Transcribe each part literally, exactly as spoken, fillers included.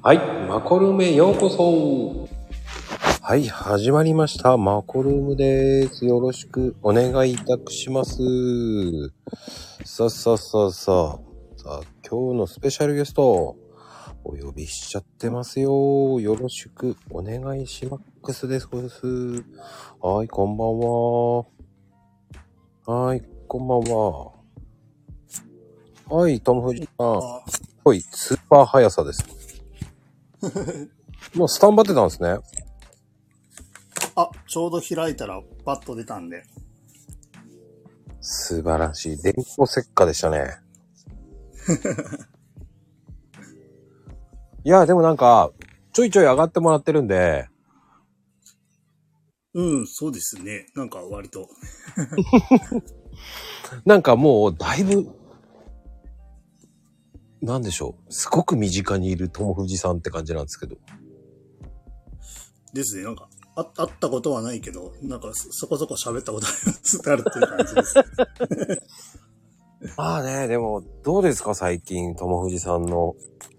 はい、マコルームへようこそ。はい、始まりました。マコルームです。よろしくお願いいたします。さあさあさあさあ。さあ、今日のスペシャルゲスト、お呼びしちゃってますよ。よろしくお願いしますです。はい、こんばんは。はい、こんばんは。はい、トム・フジさん。はい、スーパー速さです。もうスタンバってたんですね。 あ、ちょうど開いたらパッと出たんで。 素晴らしい。電光石火でしたね。いや、でもなんか、ちょいちょい上がってもらってるんで。 うん、そうですね。なんか割と。 なんかもう、だいぶ、なんでしょう。すごく身近にいる友藤さんって感じなんですけど。 ですね。なんか、あ会ったことはないけど、なんかそこそこ喋ったことあるっていう感じです。 まあね、でも、どうですか最近、友藤さんの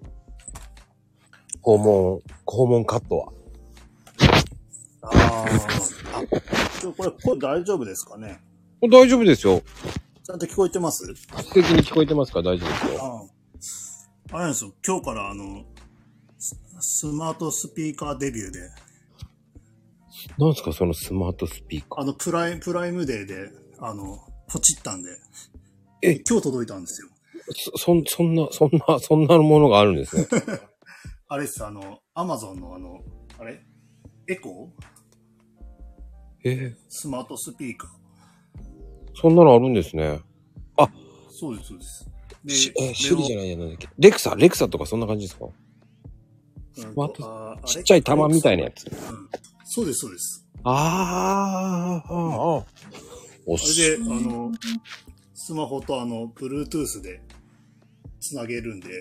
訪問、訪問カットは。 ああ、あ、これ声大丈夫ですかね？ 大丈夫ですよ。 ちゃんと聞こえてます？ 素敵に聞こえてますか？大丈夫ですよ。 ああ、あれなんですよ。今日からあの、スマートスピーカーデビューで。 なんですかそのスマートスピーカー。 あの、プライ、プライムデーで、あの、ポチったんで。 え、 今日届いたんですよ。 そ、そん、そんな、そんな、そんなものがあるんですね。 あれです、あの、アマゾンのあの、あれエコーえー、 スマートスピーカー。 そんなのあるんですね。あ、 そうです、そうです。で、 しえー、シリじゃないやなんだっけ。レクサ、レクサとかそんな感じですか？スマート、ちっちゃい玉みたいなやつ。 うん、そうです、そうです。 あー、あー、あー。おそれで、あの、スマホとあの、Bluetooth でつなげるんで、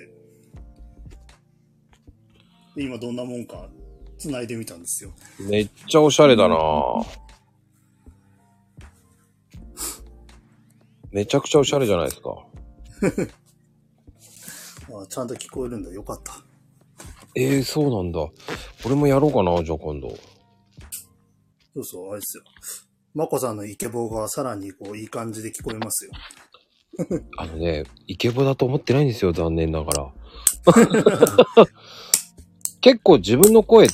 で今どんなもんかつないでみたんですよ。 めっちゃおしゃれだなぁ。めちゃくちゃおしゃれじゃないですか。 あ、ちゃんと聞こえるんだ。よかった。 えー、そうなんだ。俺もやろうかな、じゃあ今度。 そうそう、あれですよ。まこさんのイケボがさらにこういい感じで聞こえますよ。 あのね、イケボだと思ってないんですよ、残念ながら。結構自分の声って、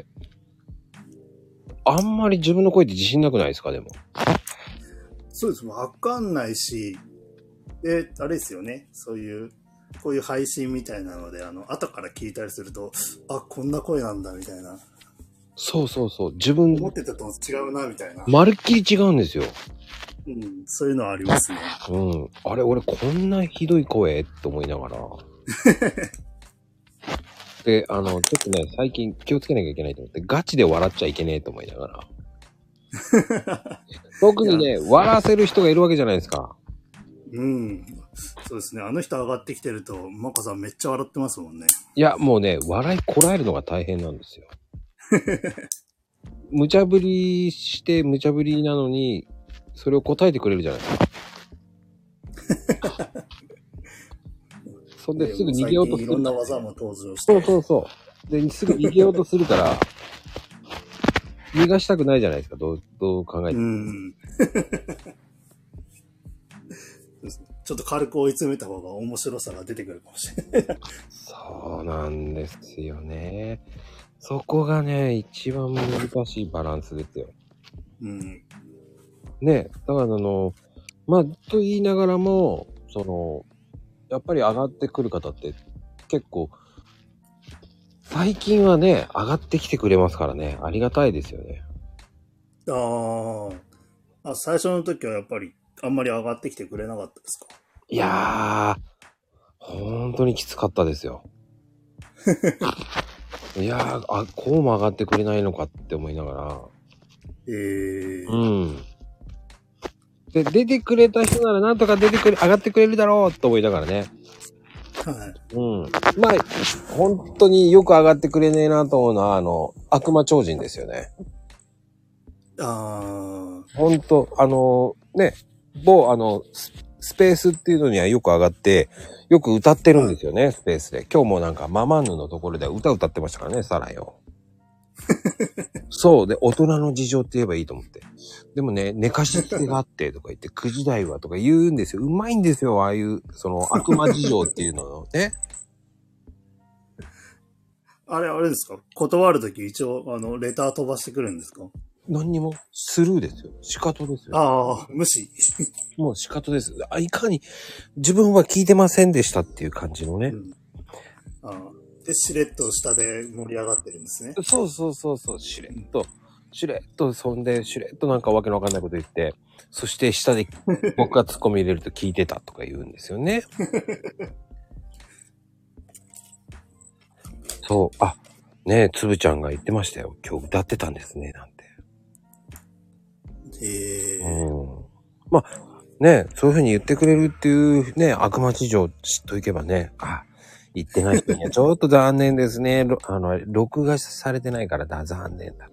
あんまり自分の声って自信なくないですか、でも。 そうです。わかんないし、で、あれですよね。そういう、こういう配信みたいなので、あの、後から聞いたりすると、あ、こんな声なんだ、みたいな。 そうそうそう。自分、 思ってたと違うな、みたいな。 まるっきり違うんですよ。 うん、そういうのはありますね。 うん。あれ、俺こんなひどい声って思いながら。で、あの、ちょっとね、最近気をつけなきゃいけないと思って、ガチで笑っちゃいけねえと思いながら。特にね、笑わせる人がいるわけじゃないですか。 うん。そうですね。あの人上がってきてると、マコさんめっちゃ笑ってますもんね。 いや、もうね、笑いこらえるのが大変なんですよ。無茶ぶりして、無茶ぶりなのに、それを答えてくれるじゃないですか。そんですぐ逃げようとする。 いろんな技も登場して。 そうそうそう。で、すぐ逃げようとするから、逃がしたくないじゃないですか、どう、どう考えても。うん。 ちょっと軽く追い詰めた方が面白さが出てくるかもしれない。 そうなんですよね。そこがね、一番難しいバランスですよ。 うん。 ね、だからあの、まあ、と言いながらも、その、やっぱり上がってくる方って結構、最近はね、上がってきてくれますからね、ありがたいですよね。 ああ。あ、最初の時はやっぱりあんまり上がってきてくれなかったですか？ いやー、本当にきつかったですよ。いやー、あ、こうも上がってくれないのかって思いながら。 ええー。 うん。で、出てくれた人ならなんとか出てくれ、上がってくれるだろうと思いながらね。 はい。 うん。まあ、本当によく上がってくれねえなと思うのは、あの、悪魔超人ですよね。 ああ。 本当あの、ね、某、あの、 スペースっていうのにはよく上がって、よく歌ってるんですよね、スペースで。今日もなんかママンヌのところで歌歌ってましたからね、サラよ。そう。で、大人の事情って言えばいいと思って。でもね、寝かしつけがあってとか言って、くじ台はとか言うんですよ。うまいんですよ、ああいう、その悪魔事情っていうのをね。 あれ、あれですか？断るとき一応、あの、レター飛ばしてくるんですか？ 何にもスルーですよ。仕方ですよ。 ああ、無視。 もう仕方です。あ、いかに自分は聞いてませんでしたっていう感じのね。 うん、ああで、しれっと下で盛り上がってるんですね。 そうそうそうそう、しれっと、しれっと、そんで、しれっとなんかわけのわかんないこと言って、そして下で僕がツッコミ入れると聞いてたとか言うんですよね。そう、あ、ねえ、つぶちゃんが言ってましたよ。今日歌ってたんですね、なんて。 へえ。 うん。まあ、ねえ、そういう風に言ってくれるっていうね、悪魔事情知っといけばね、あ、言ってない人にはちょっと残念ですね。ろあの、録画されてないからだ、残念だって。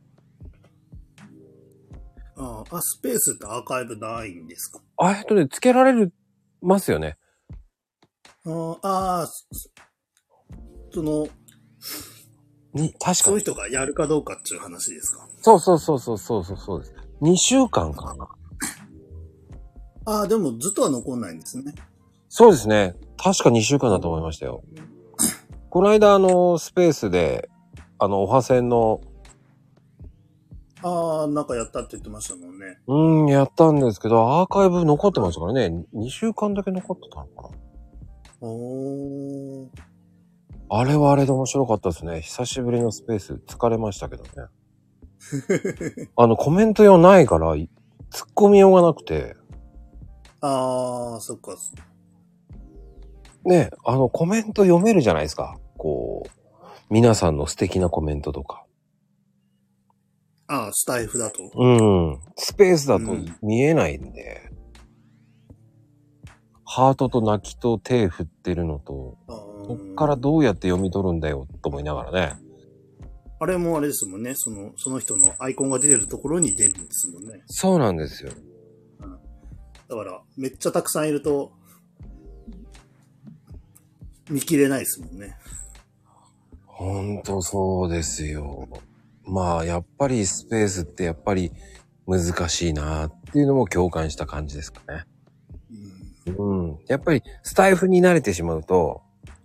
ああ、スペースってアーカイブないんですか？ あ、えっとね、つけられる、ますよね。 ああ、その、 に、確かに。 そういう人がやるかどうかっていう話ですか？ そうそうそうそうそうそうそうです。にしゅうかんかな。 ああ、でもずっとは残んないんですね。 そうですね。確かにしゅうかんだと思いましたよ。この間、あの、スペースで、あの、おはせんの、 ああ、なんかやったって言ってましたもんね。 うーん、やったんですけど、アーカイブ残ってましたからね。にしゅうかんだけ残ってたのかな。 おー。 あれはあれで面白かったですね。久しぶりのスペース、疲れましたけどね。あの、コメント用ないから、突っ込みようがなくて。 ああ、そっか。 ね、あの、コメント読めるじゃないですか。こう、皆さんの素敵なコメントとか。 ああ、スタイフだと。 うん。スペースだと見えないんで。うん、ハートと泣きと手振ってるのと、そっからどうやって読み取るんだよ、と思いながらね。 あれもあれですもんね。その、その人のアイコンが出てるところに出るんですもんね。 そうなんですよ。 うん、だから、めっちゃたくさんいると、見切れないですもんね。 ほんとそうですよ。まあ、やっぱりスペースってやっぱり難しいなっていうのも共感した感じですかね。うん。うん、やっぱりスタイフに慣れてしまうと、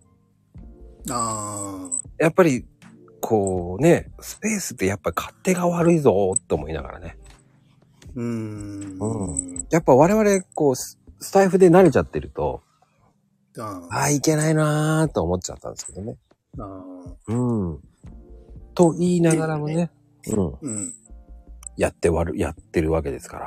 ああ。 やっぱり、こうね、スペースってやっぱ勝手が悪いぞーって思いながらね。 うーん。 うん。やっぱ我々、こうス、スタイフで慣れちゃってると、 あああ、いけないなーと思っちゃったんですけどね。 あ。 うん。と言いながらもね、ねうん。うん。やってわる、やってるわけですから。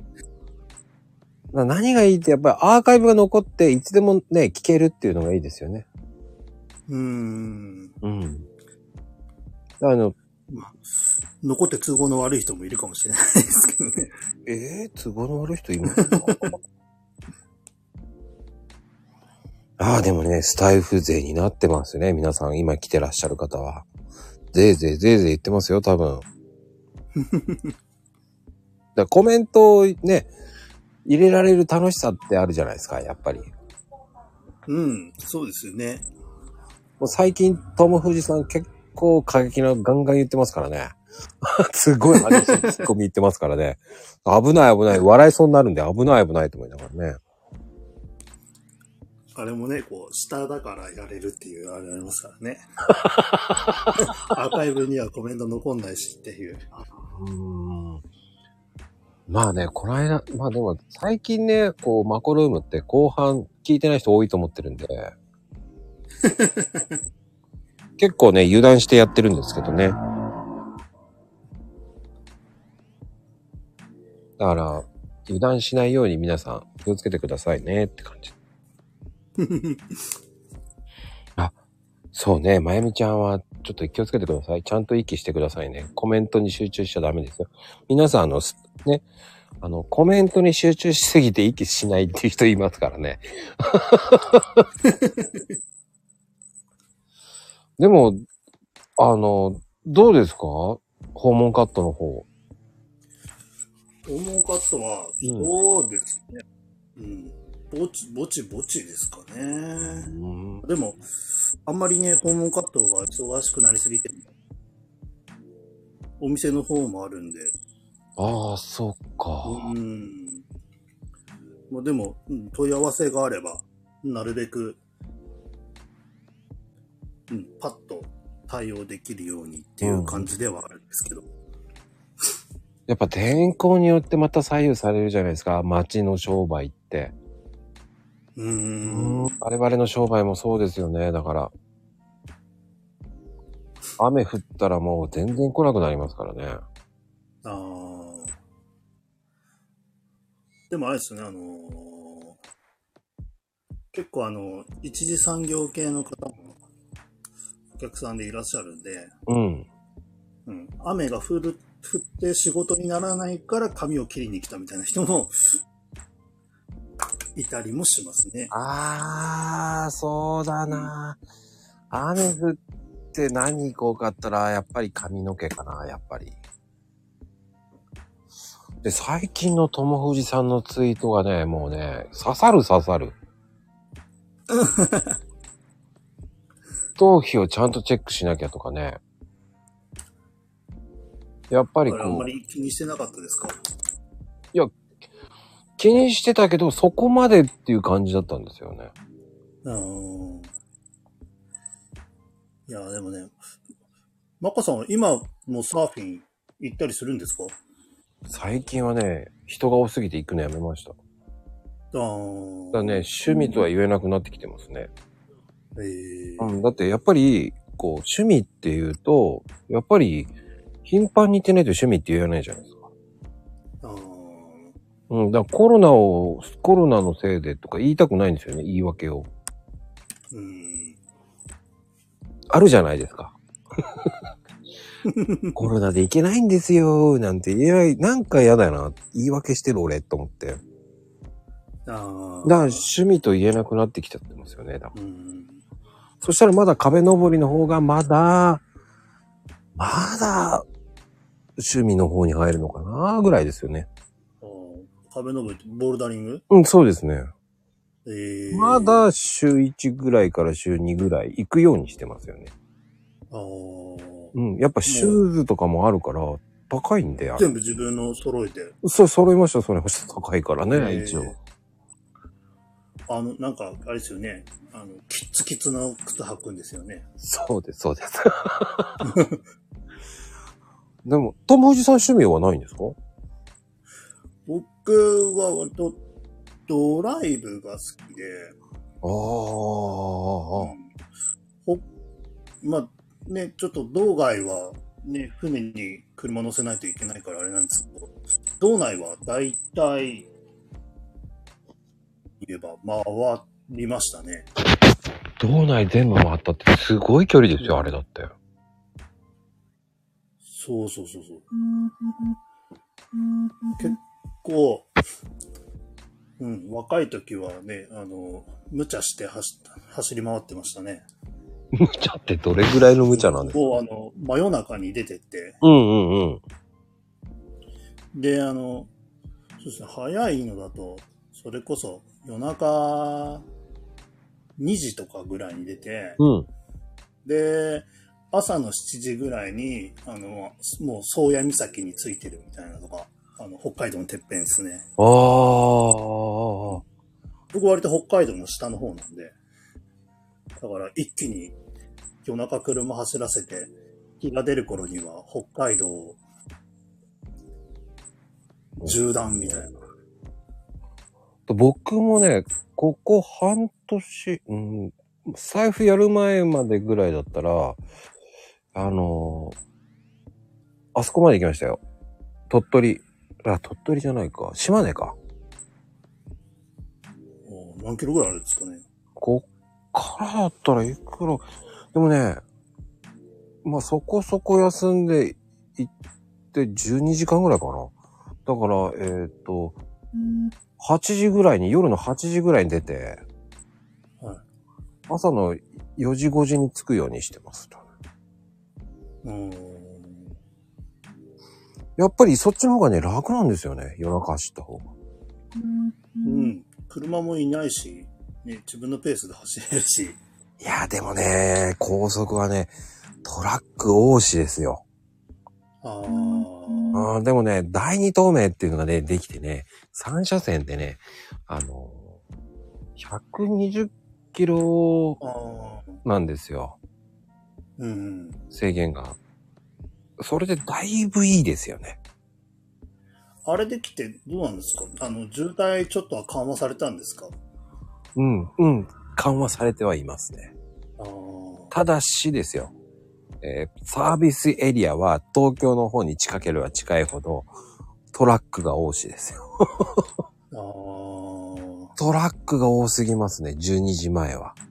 何がいいってやっぱりアーカイブが残っていつでもね、聞けるっていうのがいいですよね。 うーん。 うん。あの、 まあ、残って都合の悪い人もいるかもしれないですけどね。 えー、都合の悪い人いますか？ああ、でもね、スタイフ勢になってますね。皆さん、今来てらっしゃる方は。ぜいぜいぜいぜい言ってますよ、多分。だコメントをね、入れられる楽しさってあるじゃないですか、やっぱり。 うん、そうですよね。 もう最近、トム・フジさん結構過激なガンガン言ってますからね。すごい激しいツッコミ言ってますからね。危ない危ない。笑いそうになるんで危ない危ないと思いながらね。 あれもね、こう、下だからやれるっていうあれありますからね。アーカイブにはコメント残んないしっていう。 うーん。まあね、この間、まあでも最近ね、こう、マコルームって後半聞いてない人多いと思ってるんで。結構ね、油断してやってるんですけどね。だから、油断しないように皆さん気をつけてくださいねって感じ。あ、そうね、まゆみちゃんはちょっと気をつけてください。ちゃんと息してくださいね。コメントに集中しちゃダメですよ。皆さん、あの、ね、あの、コメントに集中しすぎて息しないっていう人いますからね。でも、あの、どうですか？訪問カットの方。 訪問カットは、そうですね。 うん。ぼち、ぼちぼちですかね。 うん。 でも、あんまりね、訪問活動が忙しくなりすぎて、お店の方もあるんで。 ああ、そっか。 うん。まあ、でも、うん、問い合わせがあれば、なるべく、うん、パッと対応できるようにっていう感じではあるんですけど。うん、 やっぱ天候によってまた左右されるじゃないですか、街の商売って。 うーん。 我々の商売もそうですよね。だから、雨降ったらもう全然来なくなりますからね。 ああ。でもあれですよね、あのー、結構あの、一次産業系の方もお客さんでいらっしゃるんで、 うん。 うん、雨が降る、降って仕事にならないから髪を切りに来たみたいな人もいたりもしますね。 あー、そうだな。雨降って何行こうかったら、やっぱり髪の毛かな、やっぱり。で、最近の友藤さんのツイートがね、もうね、刺さる刺さる。頭皮をちゃんとチェックしなきゃとかね。やっぱりこう。 あれあんまり気にしてなかったですか？ いや、気にしてたけど、そこまでっていう感じだったんですよね。 あー、いや、でもね、マコさんは今もサーフィン行ったりするんですか？ 最近はね、人が多すぎて行くのやめました。 あー。 だからね、趣味とは言えなくなってきてますね。 えー、 うん、だってやっぱり、こう、趣味っていうと、やっぱり、頻繁に行ってないと趣味って言えないじゃないですか。 あー。 うん、だからコロナを、コロナのせいでとか言いたくないんですよね、言い訳を。 うん。 あるじゃないですか。コロナで行けないんですよ、なんて言えない、なんか嫌だな、言い訳してる俺、と思って。 あだから趣味と言えなくなってきちゃってますよね、だから。 うん。 そしたらまだ壁登りの方がまだ、まだ、趣味の方に入るのかなぐらいですよね。 あ、壁登りってボルダリング？ うん、そうですね。 えー、 まだ週いちぐらいから週にぐらい行くようにしてますよね。 あー、 うん、やっぱシューズとかもあるから、高いんで、あれ。 全部自分の揃えて。 そう、揃いました、それ。高いからね、 えー、 一応。 あの、なんか、あれですよね。あの、キッツキツの靴履くんですよね。 そうです、そうです。でも、友藤さん趣味はないんですか？ 僕は割とドライブが好きで、 ああ、 うん、ほ、まあ、ね、ちょっと道外はね、船に車乗せないといけないからあれなんですけど、道内は大体、言えば回りましたね。 道内全部回ったってすごい距離ですよ、うん、あれだって。 そうそうそうそう。結構、うん、若い時はね、あの、無茶して走走り回ってましたね。 無茶ってどれぐらいの無茶なんですか？ もうあの、真夜中に出てって。 うんうんうん。 で、あの、そうですね、早いのだと、それこそ夜中にじとかぐらいに出て、 うん、で、 朝のしちじぐらいに、あの、もう宗谷岬に着いてるみたいなのが、あの、北海道のてっぺんですね。ああ。僕割と北海道の下の方なんで、だから一気に夜中車走らせて、日が出る頃には北海道縦断みたいな。 僕もね、ここ半年、うん、財布やる前までぐらいだったら、あのー、あそこまで行きましたよ。鳥取。あ、鳥取じゃないか。島根か。 何キロぐらいあるんですかね。 こっからだったらいくら、でもね、まあそこそこ休んで行ってじゅうにじかんぐらいかな。だから、えっと、はちじぐらいに、夜のはちじぐらいに出て、はい、朝のよじごじに着くようにしてます。うーん、やっぱりそっちの方がね、楽なんですよね。夜中走った方が。 うん。 車もいないし、ね、自分のペースで走れるし。 いや、でもね、高速はね、トラック多しですよ。 あああ、でもね、第二透明っていうのがね、できてね、三車線でね、あの、ひゃくにじゅっキロなんですよ。 うん。 制限が。それでだいぶいいですよね。 あれできてどうなんですか？あの、渋滞ちょっとは緩和されたんですか？ うん、うん、緩和されてはいますね。 あただしですよ。えー、サービスエリアは東京の方に近ければ近いほどトラックが多しですよ。 あートラックが多すぎますね、じゅうにじまえは。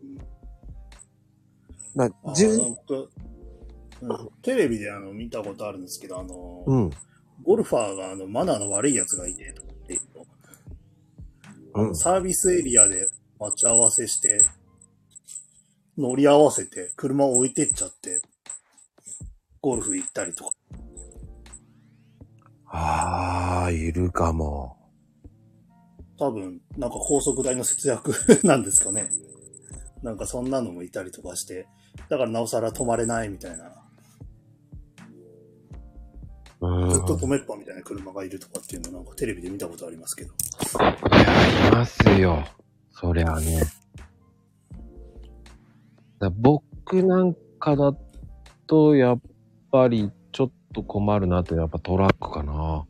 だあじゅうーなんか、うん、テレビであの見たことあるんですけど、あの、 うん、 ゴルファーがあのマナーの悪いやつがいてとかって言うと、あのうん。 サービスエリアで待ち合わせして、乗り合わせて車を置いてっちゃって、ゴルフ行ったりとか。 ああ、いるかも。 多分、なんか高速代の節約なんですかね。なんかそんなのもいたりとかして、だからなおさら止まれないみたいな。 うん。 ずっと止めっぱみたいな車がいるとかっていうのなんかテレビで見たことありますけど。 いや、いますよ。そりゃね。だ僕なんかだと、やっぱりちょっと困るなってやっぱトラックかな。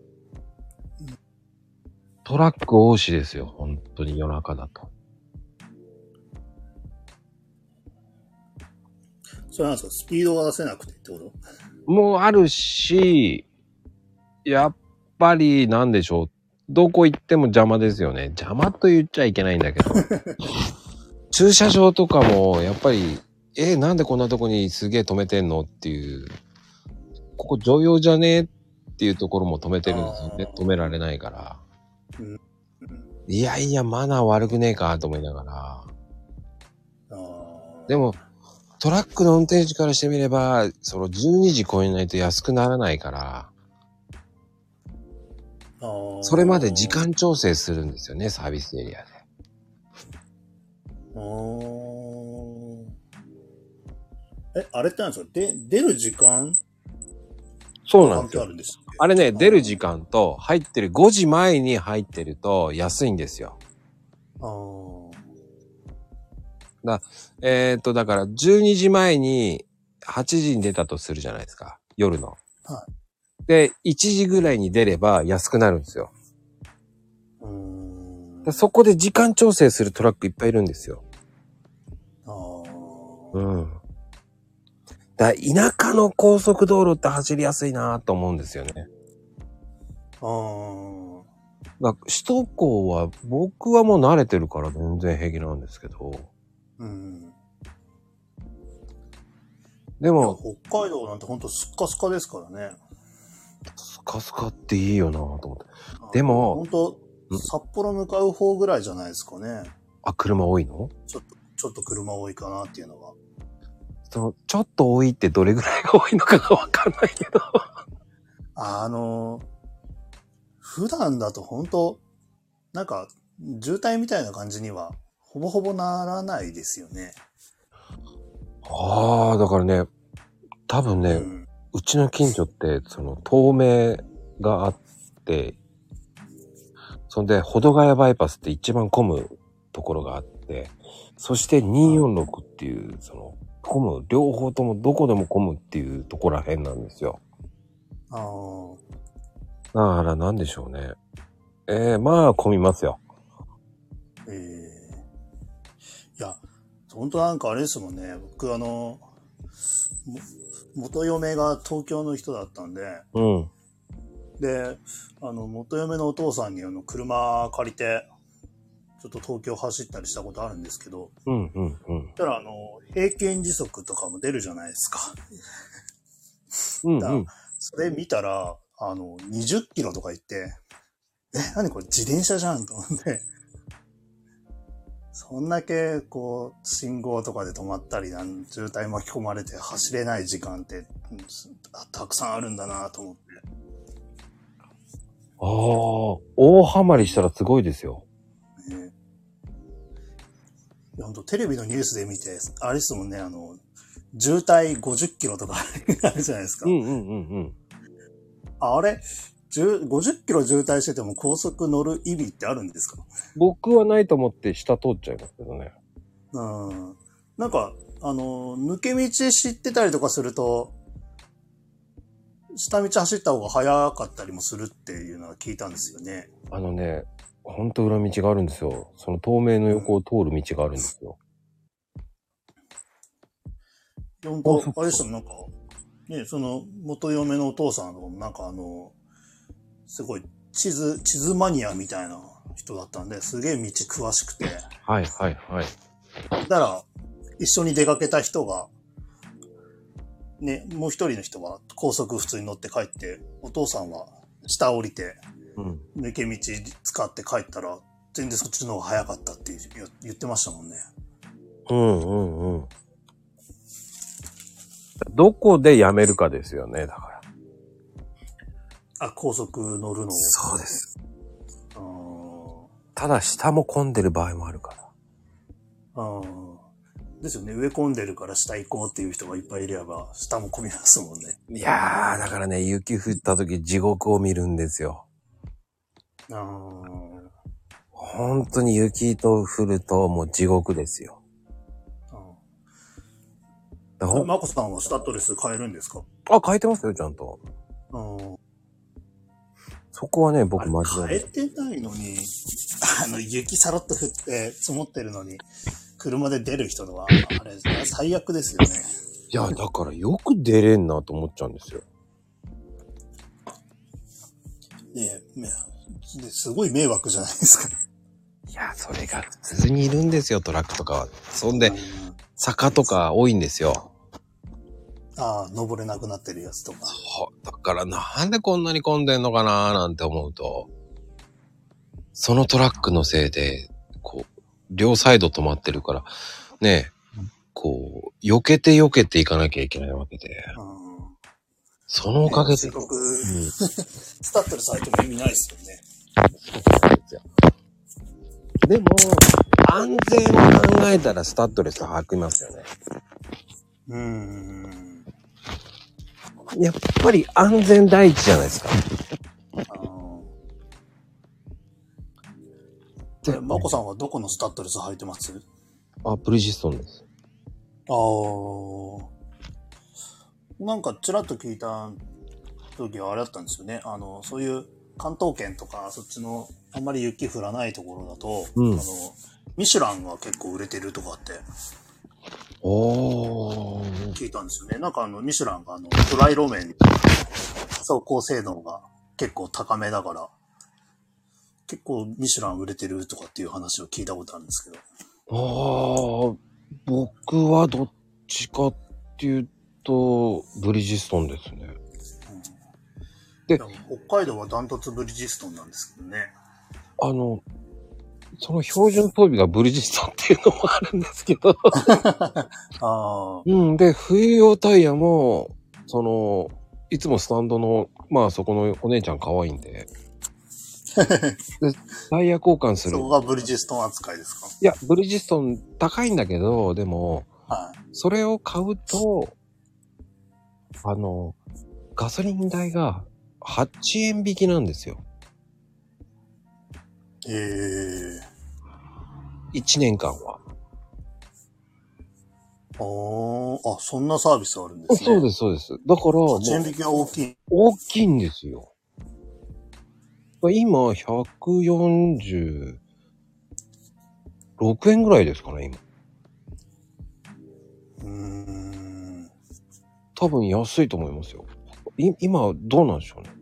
トラック多しですよ。本当に夜中だと。 それなんですか？スピードが出せなくてってこと？ もうあるし、やっぱりなんでしょう。どこ行っても邪魔ですよね。邪魔と言っちゃいけないんだけど。駐車場とかもやっぱり、えー、なんでこんなとこにすげえ止めてんのっていう、ここ常用じゃねえっていうところも止めてるんですよね。止められないから。 うん、 いやいや、マナー悪くねえかと思いながら。 あでも、トラックの運転手からしてみれば、そのじゅうにじ超えないと安くならないから、 あそれまで時間調整するんですよね、サービスエリアで。 あーえ、あれってなんですか？で、出る時間そうなんですよ関係あ。るんですっけ？ あれね、出る時間と入ってるごじまえに入ってると安いんですよ。 あーだえーっと、だからじゅうにじまえにはちじに出たとするじゃないですか。夜の。 はで、いちじぐらいに出れば安くなるんですよ。 うーん。 だそこで時間調整するトラックいっぱいいるんですよ。 あうーん。だ田舎の高速道路って走りやすいなと思うんですよね。 あー。 だ首都高は僕はもう慣れてるから全然平気なんですけど。 うん。 でも、 北海道なんてほんとスッカスカですからね。 スカスカっていいよなと思って。でも、 ほんと、札幌向かう方ぐらいじゃないですかね。 あ、車多いの？ ちょっと、ちょっと車多いかなっていうのが。 その、ちょっと多いってどれぐらいが多いのかがわかんないけど。 あの、普段だとほんと、なんか、渋滞みたいな感じには、ほぼほぼならないですよね。 ああ、だからね、多分ね、 うん。 うちの近所って、その、透明があって、そんで、保土ヶ谷バイパスって一番混むところがあって、そしてにひゃくよんじゅうろくっていう、その、混む、両方ともどこでも混むっていうところらへんなんですよ。 ああ。 だからなんでしょうね。ええー、まあ混みますよ。 ええいや、本当なんかあれですもんね。僕あの、も元嫁が東京の人だったんで、 うん。 で、あの、元嫁のお父さんにあの、車借りて、ちょっと東京走ったりしたことあるんですけど、 うんうんうん。 たらあの、平均時速とかも出るじゃないですか。 うんだうん。 それ見たら、あの、にじゅっキロとか言って、え、何これ自転車じゃんと思って、そんだけ、こう、信号とかで止まったり、なん渋滞巻き込まれて走れない時間って、うんたくさんあるんだなと思って。 ああ、大ハマりしたらすごいですよ。 ほんとテレビのニュースで見て、あれですもんね、あの、渋滞ごじゅっキロとかあるじゃないですか。 うんうんうんうん。 あれ、ごじゅっキロ渋滞してても高速乗る意味ってあるんですか？ 僕はないと思って下通っちゃいますけどね。 うん。なんか、あの、抜け道知ってたりとかすると、下道走った方が早かったりもするっていうのは聞いたんですよね。 あのね、ほんと裏道があるんですよ。その透明の横を通る道があるんですよ。 本当、あれですよ、なんか、ね、その、元嫁のお父さんの、なんかあの、すごい、地図、地図マニアみたいな人だったんで、すげえ道詳しくて。 はいはいはい。 だから、一緒に出かけた人が、ね、もう一人の人は高速普通に乗って帰って、お父さんは下降りて、 うん、 抜け道使って帰ったら、全然そっちの方が早かったって言ってましたもんね。 うんうんうん。どこでやめるかですよね、だから。 あ、高速乗るのを。 そうです。ただ下も混んでる場合もあるから。 あですよね。植え込んでるから下行こうっていう人がいっぱいいれば、下も混みますもんね。 いやー、だからね、雪降った時地獄を見るんですよ。あ本当に雪と降るともう地獄ですよ。 あマコさんはスタッドレス変えるんですか？ あ、変えてますよ、ちゃんと。そこはね、僕間違えない。変えてないのに、あの、雪さらっと降って積もってるのに、車で出る人のは、あれ、最悪ですよね。 いや、だからよく出れんなと思っちゃうんですよ。 ねえ、ねえ、すごい迷惑じゃないですか。 いや、それが普通にいるんですよ、トラックとかは。そんで、坂とか多いんですよ。 ああ、登れなくなってるやつとか。 そう。だからなんでこんなに混んでんのかなーなんて思うと、そのトラックのせいで、こう、両サイド止まってるから、ねえ、こう、避けて避けていかなきゃいけないわけで。うん、そのおかげで。 ね、うん、スタッドレス履いても意味ないですよね。 でも、安全を考えたらスタッドレス履きますよね。うーん。やっぱり安全第一じゃないですか。 で、マコさんはどこのスタッドレス履いてます？ あ、ブリヂストンです。 ああ。なんかちらっと聞いた時はあれだったんですよね。あの、そういう関東圏とか、そっちのあんまり雪降らないところだと、うん、あの、ミシュランが結構売れてるとかって、おー。聞いたんですよね。なんかあの、ミシュランがあの、ドライ路面、走行性能が結構高めだから、結構ミシュラン売れてるとかっていう話を聞いたことあるんですけど。 ああ、僕はどっちかっていうと、ブリヂストンですね。 うん、で、北海道はダントツブリヂストンなんですけどね。 あの、その標準装備がブリヂストンっていうのもあるんですけど。あうん。で、冬用タイヤも、その、いつもスタンドの、まあそこのお姉ちゃん可愛いんで。でタイヤ交換する。 そこがブリヂストン扱いですか？ いや、ブリヂストン高いんだけど、でも、はい、それを買うと、あの、ガソリン代がはちえん引きなんですよ。ええー。いちねんかんは。 ああ、あ、そんなサービスあるんですね。 そうです、そうです。だから、 はちえん引きは大きい。 大きいんですよ。今、ひゃくよんじゅうろくえんぐらいですかね、今。うーん。多分安いと思いますよ。い今、どうなんでしょうね。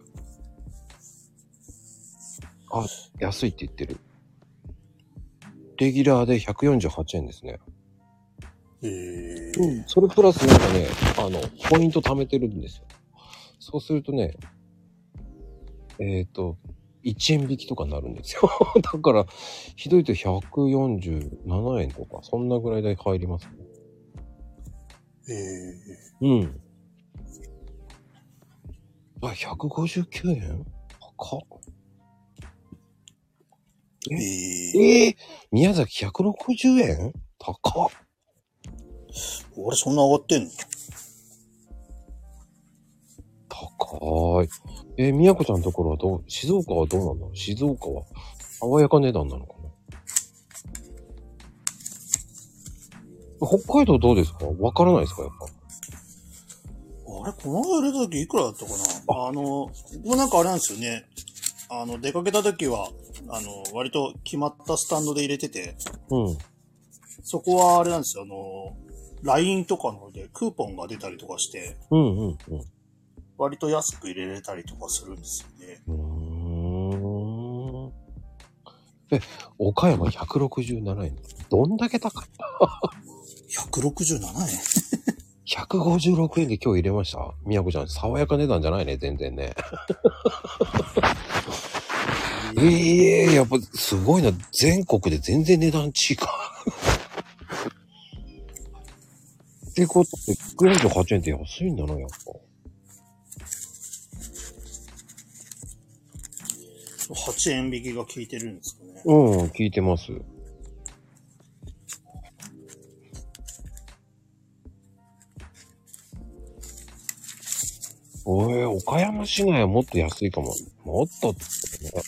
あ、安いって言ってる。レギュラーでひゃくよんじゅうはちえんですね。へえー。うん。それプラスなんかね、あの、ポイント貯めてるんですよ。そうするとね、えっと、いちえん引きとかになるんですよ。だから、ひどいとひゃくよんじゅうななえんとか、そんなぐらいで入りますね。へえー。うん。あ、ひゃくごじゅうきゅうえん高っ。 ええー、宮崎ひゃくろくじゅうえん高っ。 あれ、そんな上がってんの？ 高い。えー、宮子ちゃんのところはどう、静岡はどうなんだろう。静岡は爽やか値段なのかな。北海道どうですか？わからないですかやっぱ。 あれ、この間入れた時いくらだったかな。あの、もうなんかあれなんですよね。あの、出かけた時は、あの、割と決まったスタンドで入れてて、 うん。 そこはあれなんですよ、あの、ライン とかのでクーポンが出たりとかして、 うんうん割と安く入れれたりとかするんですよね。 うん。うーん。え、岡山ひゃくろくじゅうななえん。どんだけ高い？ ひゃくろくじゅうななえんひゃくごじゅうろくえんで今日入れました。宮子ちゃん、爽やか値段じゃないね、全然ね。ええー、やっぱすごいな。全国で全然値段違う。ってことで、ひゃくよんじゅうはちえんって安いんだな、やっぱ。 はちえん引きが効いてるんですかね。 うん、聞いてます。おい、岡山市内はもっと安いかも。もっとってね。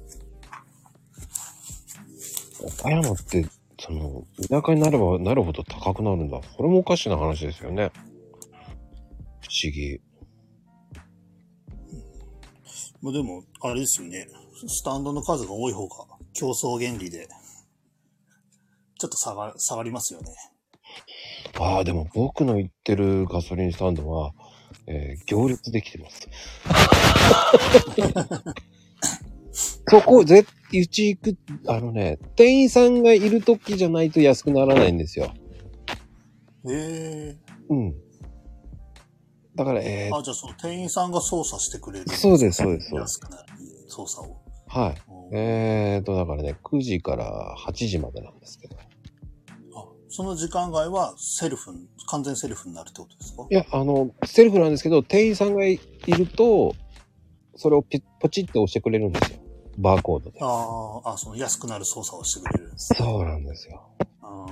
岡山って、その、田舎になればなるほど高くなるんだ。それもおかしな話ですよね。不思議。 まあでも、あれですよね。スタンドの数が多い方が競争原理で、ちょっと下が、下がりますよね。 ああ、でも僕の行ってるガソリンスタンドは、えー、行列できてます。そこ、ぜ、うち行く、あのね、店員さんがいる時じゃないと安くならないんですよ。 へえ。 うん。だから、えー、 あ、じゃあその店員さんが操作してくれるんですか？ そうです、そうです、そうです。 安くなる操作を。 はい。えーと、だからね、くじからはちじまでなんですけど。 あ、その時間外はセルフ、完全セルフになるってことですか？ いや、あの、セルフなんですけど、店員さんがいると、それをピポチって押してくれるんですよ。バーコードで。 ああ、あ、その安くなる操作をしてくれる。 そうなんですよ。 あ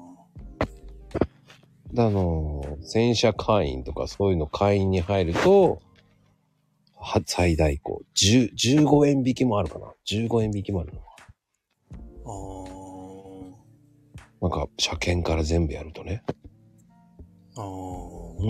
であの、洗車会員とかそういうの会員に入ると、は最大こう、じゅう、じゅうごえん引きもあるかな。じゅうごえん引きもあるのか。 あ。 なんか、車検から全部やるとね。 ああ。 うん。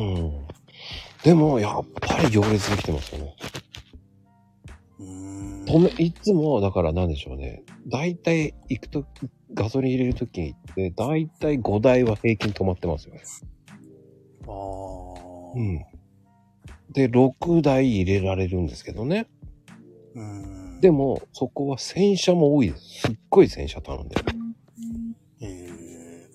でも、やっぱり行列できてますよね。 うーん。 止め、いつも、だからなんでしょうね。だいたい行くと、ガソリン入れるときって、だいたいごだいは平均止まってますよね。 ああ。 うん。で、ろくだい入れられるんですけどね。 うーん。 でも、そこは洗車も多いです。すっごい洗車頼んでる。 ええ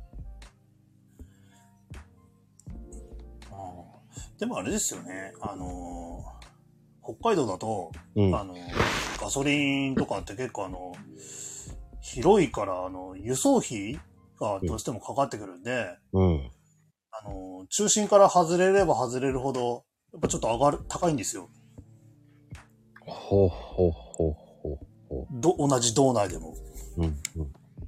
ー。ああ。でもあれですよね。あのー北海道だと、 うん。 あの、ガソリンとかって結構あの、広いから、あの、輸送費がどうしてもかかってくるんで、 うん。 あの、中心から外れれば外れるほど、やっぱちょっと上がる、高いんですよ。 ほうほうほうほうほど、同じ道内でも。 う。うん。うん。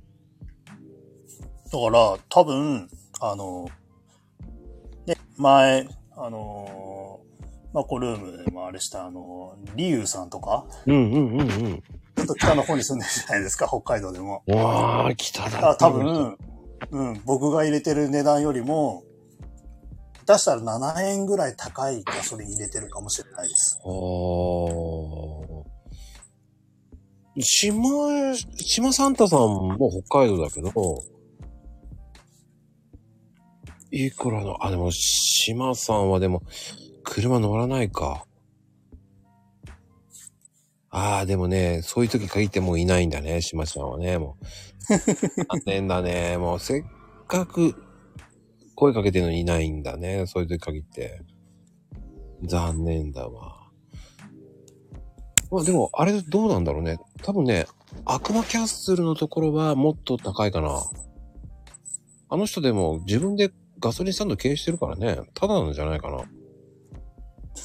だから、多分、あの、ね、前、あの、マコルームでもあれした、あの、リユーさんとか、 うんうんうんうん。 ちょっと北の方に住んでるじゃないですか、北海道でも。 わあ、北だ。 あ、多分、うん、僕が入れてる値段よりも、出したらななえんぐらい高いガソリン入れてるかもしれないです。 ああ。島、島サンタさんも北海道だけど、いくらの、あ、でも、島さんはでも、車乗らないか。ああ、でもね、そういう時限ってもういないんだね、島ちゃんはね、もう。残念だね、もうせっかく声かけてるのにいないんだね、そういう時限って。残念だわ。まあでも、あれどうなんだろうね。多分ね、悪魔キャッスルのところはもっと高いかな。あの人でも自分でガソリンスタンド経営してるからね、ただなんじゃないかな。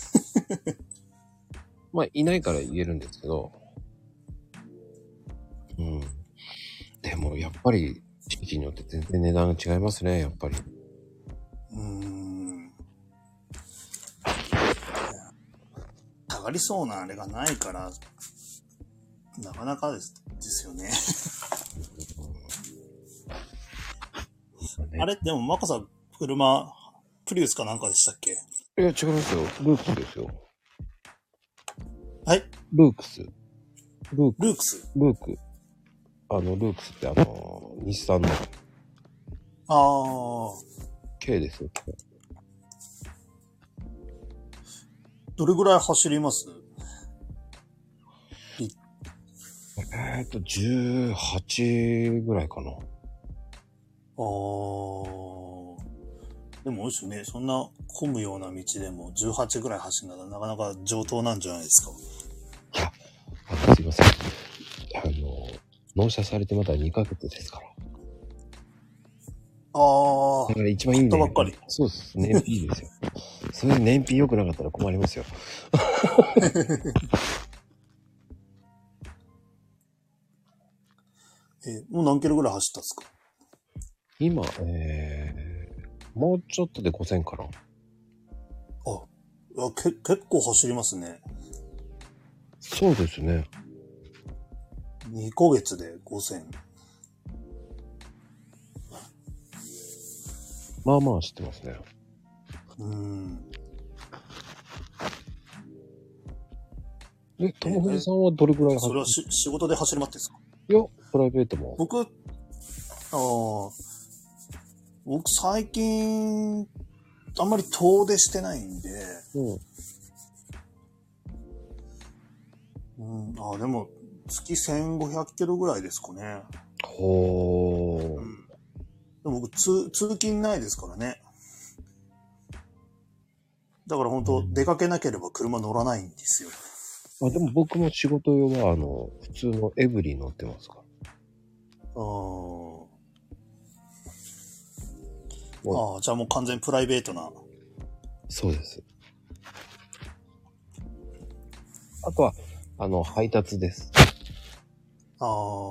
まあ、いないから言えるんですけど。 うん。でもやっぱり地域によって全然値段が違いますね、やっぱり。 うーん。上がりそうなあれがないから、なかなかです、ですよね。 うんね、 あれでも、マコさん、車、プリウスかなんかでしたっけ？ いや、違いますよ。ルークスですよ。 はい？ ルークス。ルークルークス。 ルーク。あの、ルークスってあの、日産のああ。 K ですよ。 どれぐらい走ります？ えーっと、じゅうはちぐらいかな。 ああ。でも、ですね、そんな混むような道でもじゅうはちぐらい走るならなかなか上等なんじゃないですか。 いや、あの、すいません。あの、納車されてまだにかげつですから。 ああ。 だから一番いいね。 買ったばっかり。 そうです。燃費いいですよ。それで燃費良くなかったら困りますよ。 え、もう何キロぐらい走ったんですか？ 今、えー、もうちょっとでごせんかな。 あ、いやけ結構走りますね。 そうですね。 にかげつでごせん。 まあまあ知ってますね。 うーん。 で、友藤さんはどれぐらい走る？ それはし仕事で走り回ってんですか？ いや、プライベートも。 僕、ああ、僕最近、あんまり遠出してないんで、 うん。 うん、ああ、でも、月せんごひゃくキロぐらいですかね。 ほー。 うん、でも僕通、通勤ないですからね。だから本当、出かけなければ車乗らないんですよ。 あ、でも僕も仕事用は、あの、普通のエブリィ乗ってますから。 あああ、じゃあもう完全プライベートな。 そうです。あとは、あの、配達です。 ああ。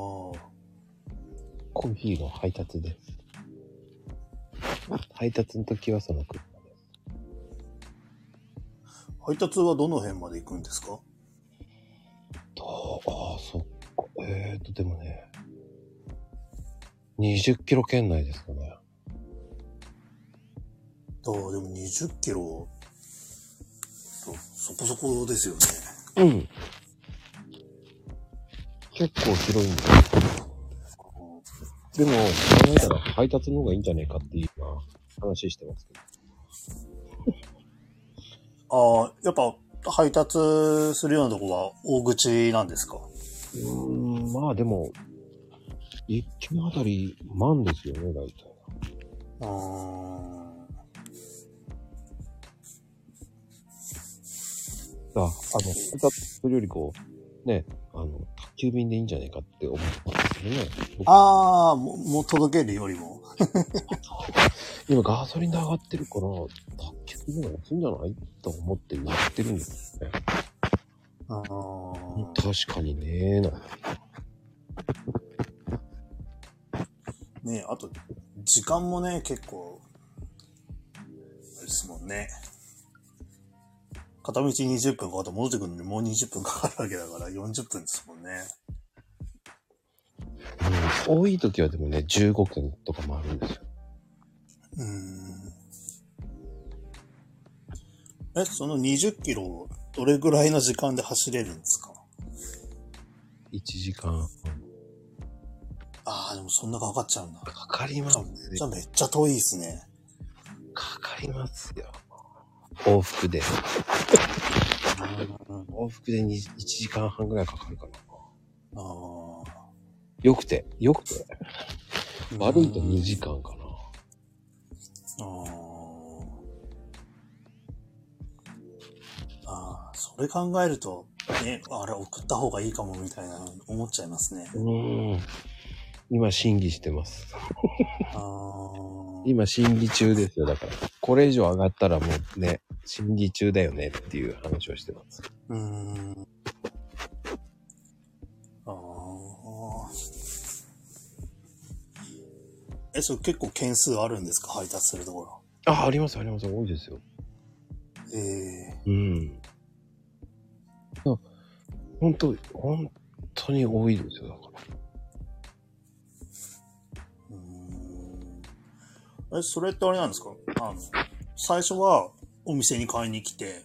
コーヒーの配達です。配達の時はその車です。 配達はどの辺まで行くんですか？ と、ああ、そっか。えーと、でもね、にじゅっキロ圏内ですかね。 ああ、でもにじゅっキロ、そこそこですよね。 うん。結構広いんですよ。でも、考えたら配達の方がいいんじゃねえかっていうような話してますけど。 ああ、やっぱ配達するようなとこは大口なんですか？ うーん、まあでも、一件あたり万ですよね、大体。 あーあ、あの、配達するよりこう、ね、あの、宅急便でいいんじゃないかって思ってますけどね。 あー、もう、もう届けるよりも。 今ガソリンで上がってるから、宅急便の方が安いんじゃないと思ってやってるんですよね。 あー確かにねーな。 ね、あと、時間もね、結構、あれですもんね。片道にじゅっぷんかかって戻ってくるのにもうにじゅっぷんかかるわけだからよんじゅっぷんですもんね。 うん、多い時はでもね、じゅうごふんとかもあるんですよ。 うーん。え、そのにじゅっキロ、どれぐらいの時間で走れるんですか？ いちじかんはん。 ああ、でもそんなかかっちゃうんだ。 かかりますよ。 じゃあめっちゃ遠いですね。 かかりますよ。往復で。往復でいちじかんはんぐらいかかるかな。 ああ。 よくて、よくて。悪いとにじかんかな。 ああ。それ考えると、ね、あれ送った方がいいかもみたいな思っちゃいますね。 うーん。今審議してます。 あ今審議中ですよ。だから、これ以上上がったらもうね、審議中だよねっていう話をしてます。 うーん。ああ。 え、それ結構件数あるんですか、配達するところ。 あ、ありますあります。多いですよ。 ええうん。本当、本当に多いですよ、だから。 うーん。え、それってあれなんですか、あの、最初はお店に買いに来て、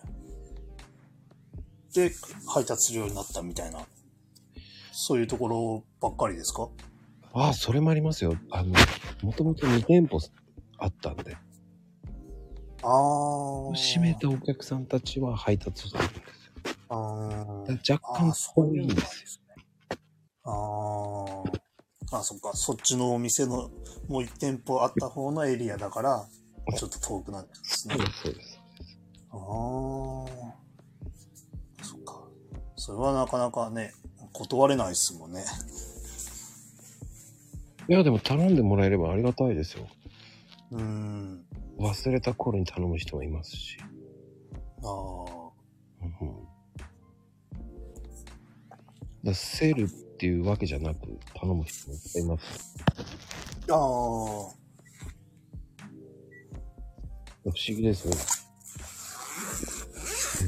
で、配達するようになったみたいな、そういうところばっかりですか？ ああ、それもありますよ。あの、もともとに店舗あったんで。 ああ。 閉めたお客さんたちは配達してるんですよ。 あだから若干遠いんですよ。 ああ。あ、そっか。そっちのお店のもう一店舗あった方のエリアだから、ちょっと遠くなってるんですね。 そうです、そうです。 ああ。そっか。それはなかなかね、断れないですもんね。 いや、でも頼んでもらえればありがたいですよ。 うーん。 忘れた頃に頼む人もいますし。 ああ。 うん、だセールっていうわけじゃなく頼む人もいっぱいいます。 ああ。 不思議ですね。うん。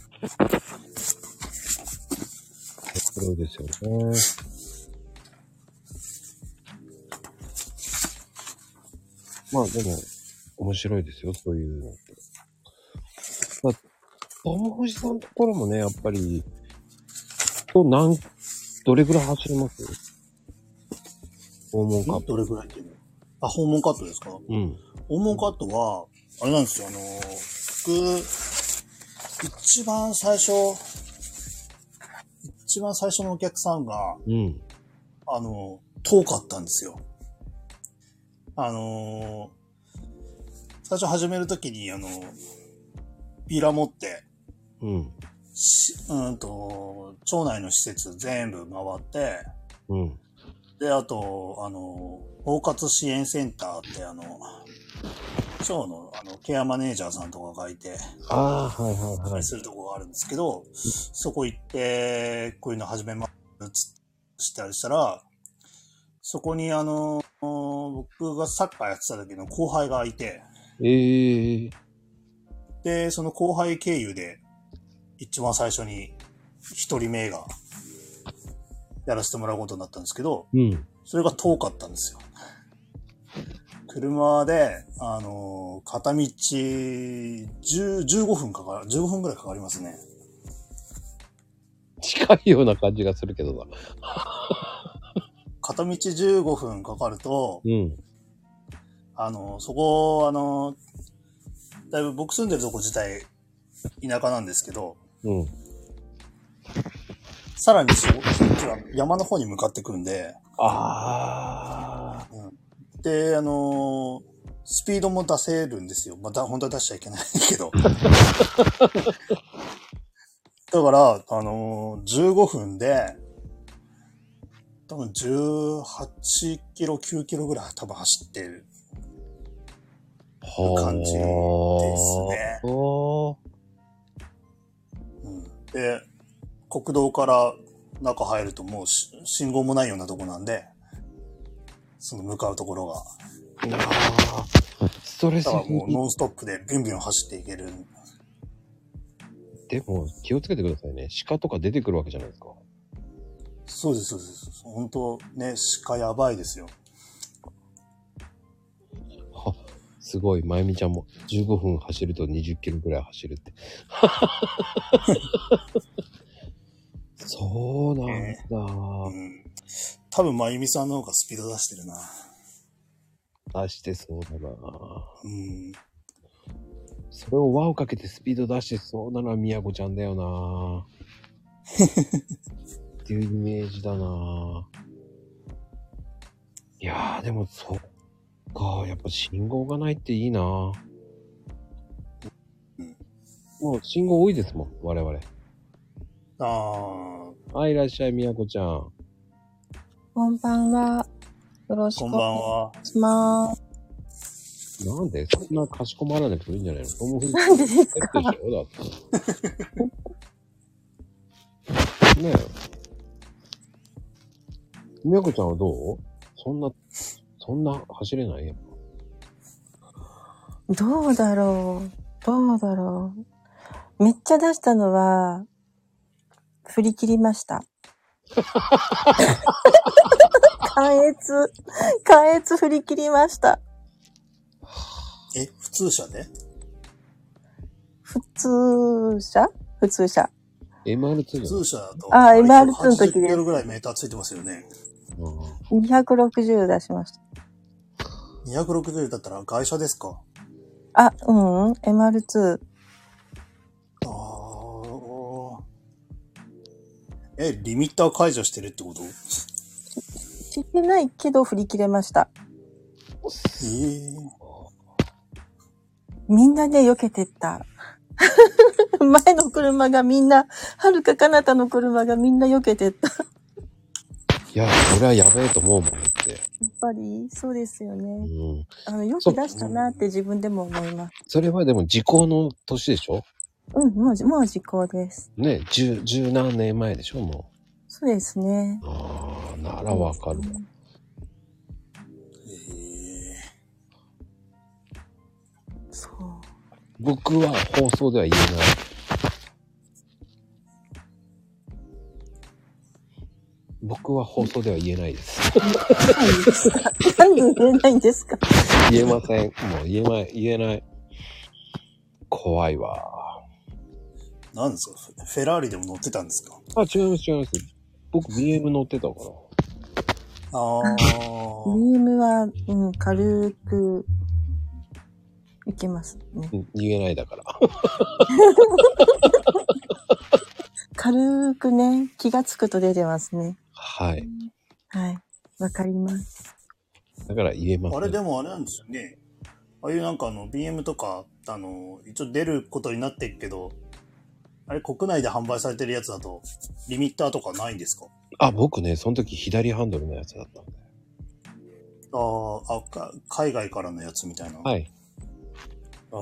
面白いですよね。まあでも、面白いですよ、そういうのって。まあ、友藤さんのところもね、やっぱり、と、なん、どれぐらい走れます？訪問カット。 どれぐらいっていうの？あ、訪問カットですか？ うん。 訪問カットは、あれなんですよ、あの、僕、一番最初、一番最初のお客さんが、 うん。 あの、遠かったんですよ。あの、最初始めるときに、あの、ビラ持って、 うん。 しうんと、町内の施設全部回って、 うん。 で、あと、あの、包括支援センターって、あの、町の、あの、ケアマネージャーさんとかがいて、 ああ、はいはいはい。 するとこがあるんですけど、そこ行って、こういうの始めますしたりしたら、そこにあの、僕がサッカーやってた時の後輩がいて、 ええー。 で、その後輩経由で、一番最初に一人目がやらせてもらうことになったんですけど、 うん。 それが遠かったんですよ。車で、あの、片道じゅう、じゅうごふんかかる、じゅうごふんぐらいかかりますね。 近いような感じがするけどな。 片道じゅうごふんかかると、 うん。 あの、そこ、あの、だいぶ僕住んでるとこ自体田舎なんですけど、 うん。 さらにそ、そっちは山の方に向かってくんで、 ああ、 うん、で、あのー、スピードも出せるんですよ。まあ、だ、本当は出しちゃいけないけど。だから、あのー、じゅうごふんで、多分じゅうはちキロ、きゅうキロぐらい多分走ってる感じですね。うん、で、国道から中入るともう信号もないようなとこなんで、その向かうところが。 ああ、ストレス。 だからもうノンストップでビュンビュン走っていける。 でも気をつけてくださいね。鹿とか出てくるわけじゃないですか。 そうです、そうです。本当ね、鹿やばいですよ。 は、すごい。まゆみちゃんもじゅうごふん走るとにじゅっキロぐらい走るって。そうなんだ、えーうん。多分まゆみさんの方がスピード出してるな。 出してそうだな。 うん。 それを輪をかけてスピード出してそうなのはみやこちゃんだよな。っていうイメージだな。いやーでもそっか、やっぱ信号がないっていいな。うん、もう信号多いですもん、我々。 ああ。 はい、いらっしゃい、みやこちゃん。 こんばんは。よろしくお願いします。 なんでそんなかしこまらなくてもいいんじゃないの？ なんでですか？ でしょ？だってねえ。みやこちゃんはどう？そんな、 そんな走れないやん。 どうだろうどうだろうめっちゃ出したのは、振り切りました。関越、関越振り切りました。 え、普通車で？ 普通車普通車。 エムアールツー 普通車だと。 ああ、エムアールツー の時です。 はちじゅっキロぐらいメーターついてますよね。 うん、にひゃくろくじゅう出しました。 にひゃくろくじゅうだったら外車ですか？ あ、うん、うん、エムアールツあー。 あ。え、リミッター解除してるってこと？ してないけど振り切れました。 えー、 みんなね、避けてった。前の車がみんな、はるか彼方の車がみんな避けてった。 いや、これはやべえと思うもんって。やっぱり、そうですよね。 うん。 あの、よく出したなって自分でも思います。 それはでも時効の年でしょ？ うん、もう、もう時効です。 ね、十、十何年前でしょ、もう。 そうですね。 ああ、ならわかるわ。 そう。 僕は放送では言えない。僕は放送では言えないです。 なんで言えないんですか？ 言えません。もう言えない、言えない。怖いわ。 なんですか？フェラーリでも乗ってたんですか？ あ、違います、違います。僕 ビーエム 乗ってたから。 ああ。 ビーエム は、うん、軽く、いけますね。 言えないだから。 軽くね、気がつくと出てますね。 はい。 はい。わかります。 だから言えます、ね。 あれでもあれなんですよね。ああいうなんかあの ビーエム とか、あの、一応出ることになってるけど、あれ国内で販売されてるやつだと、リミッターとかないんですか？ あ、僕ね、その時左ハンドルのやつだったんで。 ああ、か海外からのやつみたいな。 はい。 ああ。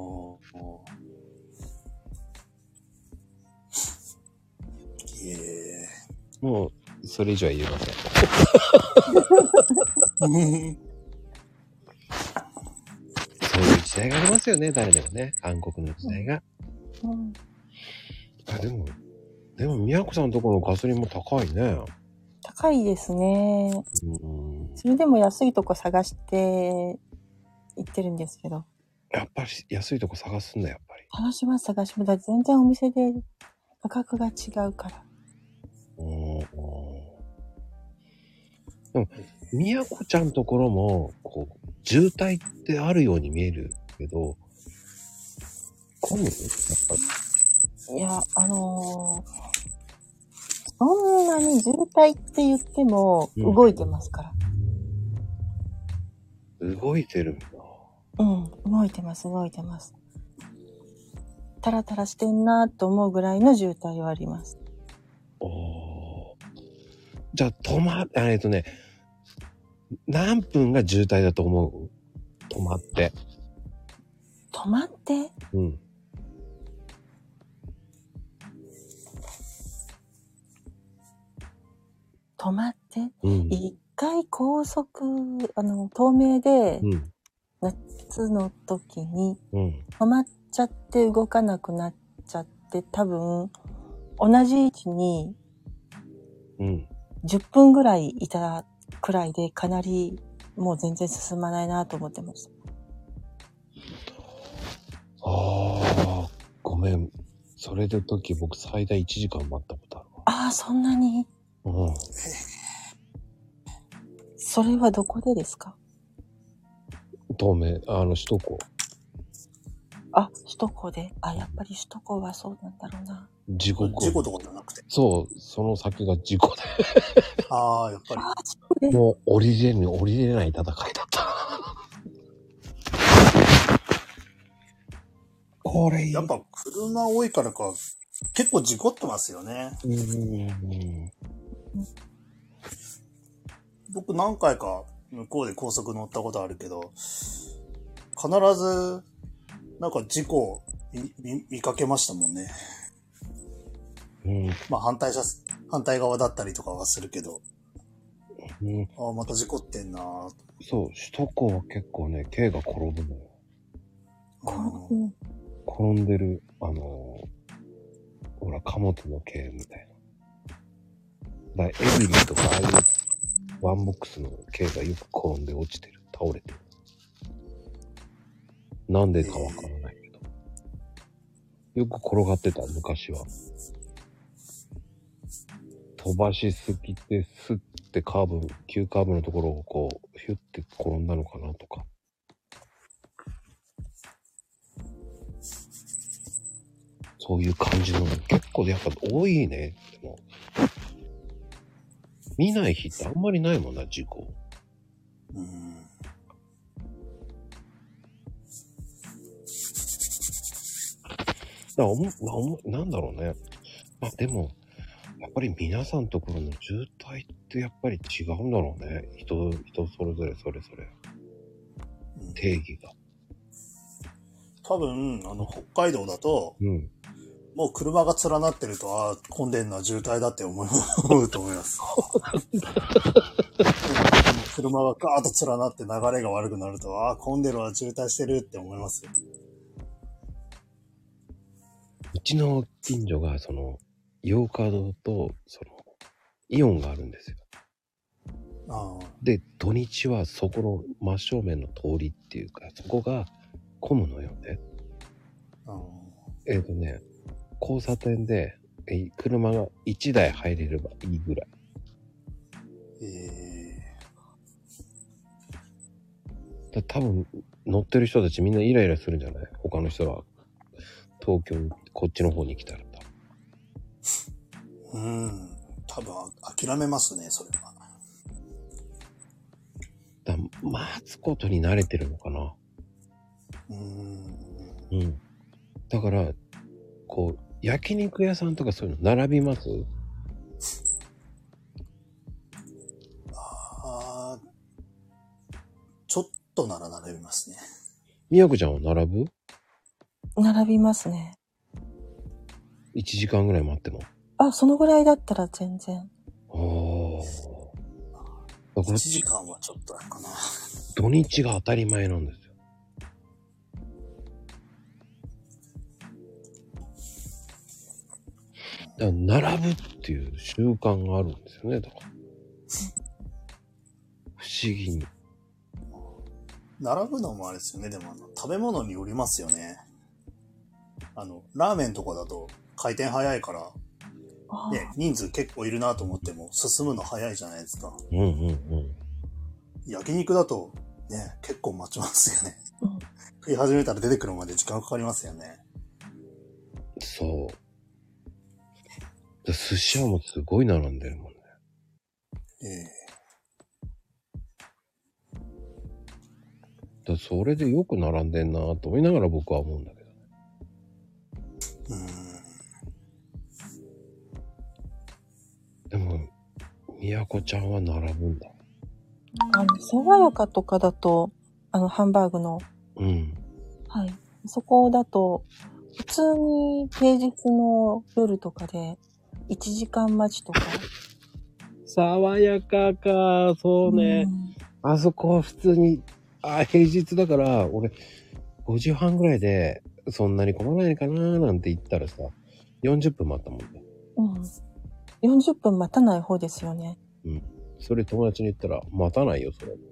いえ。 もう、それ以上は言えません。そういう時代がありますよね、誰でもね。暗黒の時代が。うんうん、あ、でも、でも、宮子さんのところのガソリンも高いね。 高いですね。うん、それでも安いとこ探して行ってるんですけど。 やっぱり安いとこ探すんだ、やっぱり。 探します、探します。だ全然お店で価格が違うから。 うん。でも、宮子ちゃんのところも、こう、渋滞ってあるように見えるけど、混む？やっぱり。いや、あのー、そんなに渋滞って言っても動いてますから。 うん、動いてるんだ。 うん、動いてます、動いてます。タラタラしてんなと思うぐらいの渋滞はあります。 おー。じゃあ、止ま、えっとね、何分が渋滞だと思う？止まって。 止まって？ うん。 止まって、 うん、 一回高速、あの、透明で、 うん、 夏の時に、 うん、 止まっちゃって動かなくなっちゃって、多分、同じ位置に、じゅっぷんぐらいいたくらいで、かなり、もう全然進まないなと思ってました。 ああ、ごめん。それで時僕最大いちじかん待ったことあるわ。 ああ、そんなに？ うん。 それはどこでですか？ 東名、あの、首都高。 あ、首都高で。あ、やっぱり首都高はそうなんだろうな。 事故事故とかじゃなくて。 そう、その先が事故で。 ああ、やっぱり。あ事故で。 もう降りれる、降りれない戦いだった。これやっぱ車多いからか、結構事故ってますよね。うん。僕何回か向こうで高速乗ったことあるけど、必ずなんか事故見、見かけましたもんね。うん。まあ反対車、反対側だったりとかはするけど。 うん、 ああ、また事故ってんなーと。 そう、首都高は結構ね、K が転ぶのよ。 うん、 転んでる、あのー、ほら、貨物の K みたいな。だからエビリーとか、ああいうワンボックスの K がよく転んで落ちてる、倒れてる。なんでかわからないけど。えー、よく転がってた、昔は。飛ばしすぎて、スッてカーブ、急カーブのところをこう、ヒュッて転んだのかなとか。そういう感じの結構やっぱ多いね。でも見ない日ってあんまりないもんな、事故。 うん。 だからおもおもなんだろうね。まあでもやっぱり皆さんのところの渋滞ってやっぱり違うんだろうね。人人それぞれそれぞれ定義が。 多分あの北海道だと、うん、もう車が連なってると、ああ混んでんな渋滞だって思う思うと思います。車がガーッと連なって流れが悪くなると、ああ混んでるわ渋滞してるって思いますよ。 うちの近所がそのヨーカドーとそのイオンがあるんですよ。あで土日はそこの真正面の通りっていうかそこが混むのよね。あえっとね交差点で車がいちだい入れればいいぐらい。えー、だ多分乗ってる人たちみんなイライラするんじゃない？他の人は東京にこっちの方に来たら。 うーん、多分諦めますねそれは。 だ待つことに慣れてるのかな。うーん。うん。だからこう焼肉屋さんとかそういうの並びます？ ああ、ちょっとなら並びますね。 みやこちゃんは並ぶ？ 並びますね。 いちじかんぐらい待っても。 あ、そのぐらいだったら全然。ああ。いちじかんはちょっとあるかな。 土日が当たり前なんですよ。だから並ぶっていう習慣があるんですよね。だから不思議に並ぶのもあれですよね。でもあの食べ物によりますよね。あのラーメンとかだと回転早いから、ね、人数結構いるなと思っても進むの早いじゃないですか。うんうんうん。焼肉だとね結構待ちますよね。うん、食い始めたら出てくるまで時間かかりますよね。 そう。寿司屋もすごい並んでるもんね。ええー。だそれでよく並んでんなと思いながら僕は思うんだけどね。うーん。でも、みやこちゃんは並ぶんだ。 あの、爽やかとかだと、あの、ハンバーグの。 うん。 はい。そこだと、普通に平日の夜とかで、いちじかん待ちとか。 爽やかか、そうね。うん、あそこは普通に、あ、平日だから、俺、ごじはんぐらいで、そんなに混まないかななんて言ったらさ、よんじゅっぷん待ったもんね。 うん。よんじゅっぷん待たない方ですよね。 うん。それ友達に言ったら、待たないよ、それって。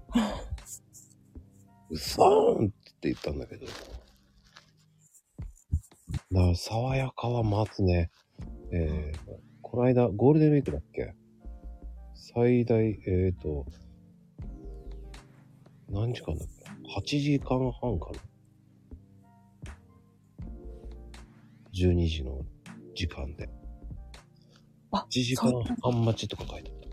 うそーんって言ったんだけど。だから爽やかは待つね。えー、この間、ゴールデンウィークだっけ？最大、えーと、何時間だっけ？ はち 時間半かな。じゅうにじの時間で。いちじかんはん待ちとか書いてあった。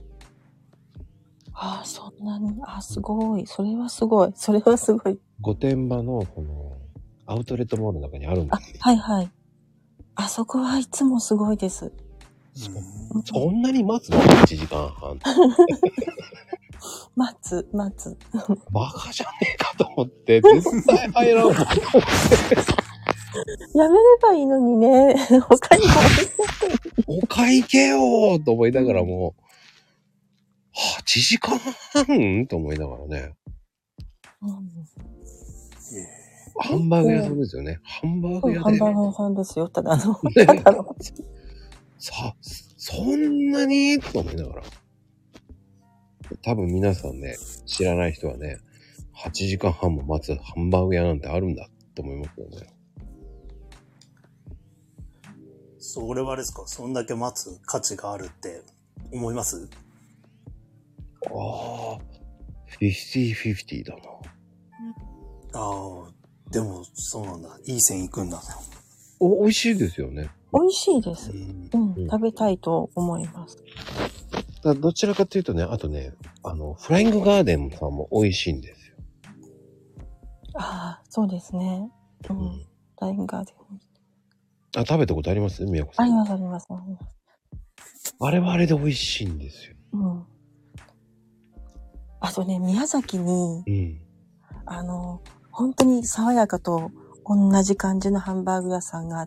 ああ、そんなに。あ、すごい。それはすごい。それはすごい。 御殿場の、この、アウトレットモールの中にあるんだけど。 あ、はいはい。あそこはいつもすごいです。 そ, そんなに待つの ?いち 時間半。 待つ、待つ。 バカじゃねえかと思って、絶対入らんもんと思って。 やめればいいのにね。他にも。 他行けよーと思いながらも、 はちじかんはんと思いながらね。 うん、 ハンバーグ屋さんですよね。ハンバーグ屋で。 ハンバーグ屋さんですよ。ただの。ただの。 さ、そんなにと思いながら。多分皆さんね、知らない人はね、はちじかんはんも待つハンバーグ屋なんてあるんだと思いますよね。 それはあれですか、そんだけ待つ価値があるって思います？ ああ、フィフティーフィフティーだな。 ああ、でもそうなんだ。いい線いくんだね。 お、美味しいですよね。 美味しいです。うん、うん、食べたいと思います。 だどちらかというとね、あとね、あの、フライングガーデンさんも美味しいんですよ。 ああ、そうですね。うん。うん、フライングガーデン。 あ、食べたことありますみやこさん。 あります、あります、あります。 あれはあれで美味しいんですよ。 うん。あとね、宮崎に、 うん、 あの、本当に爽やかと同じ感じのハンバーグ屋さんがあって、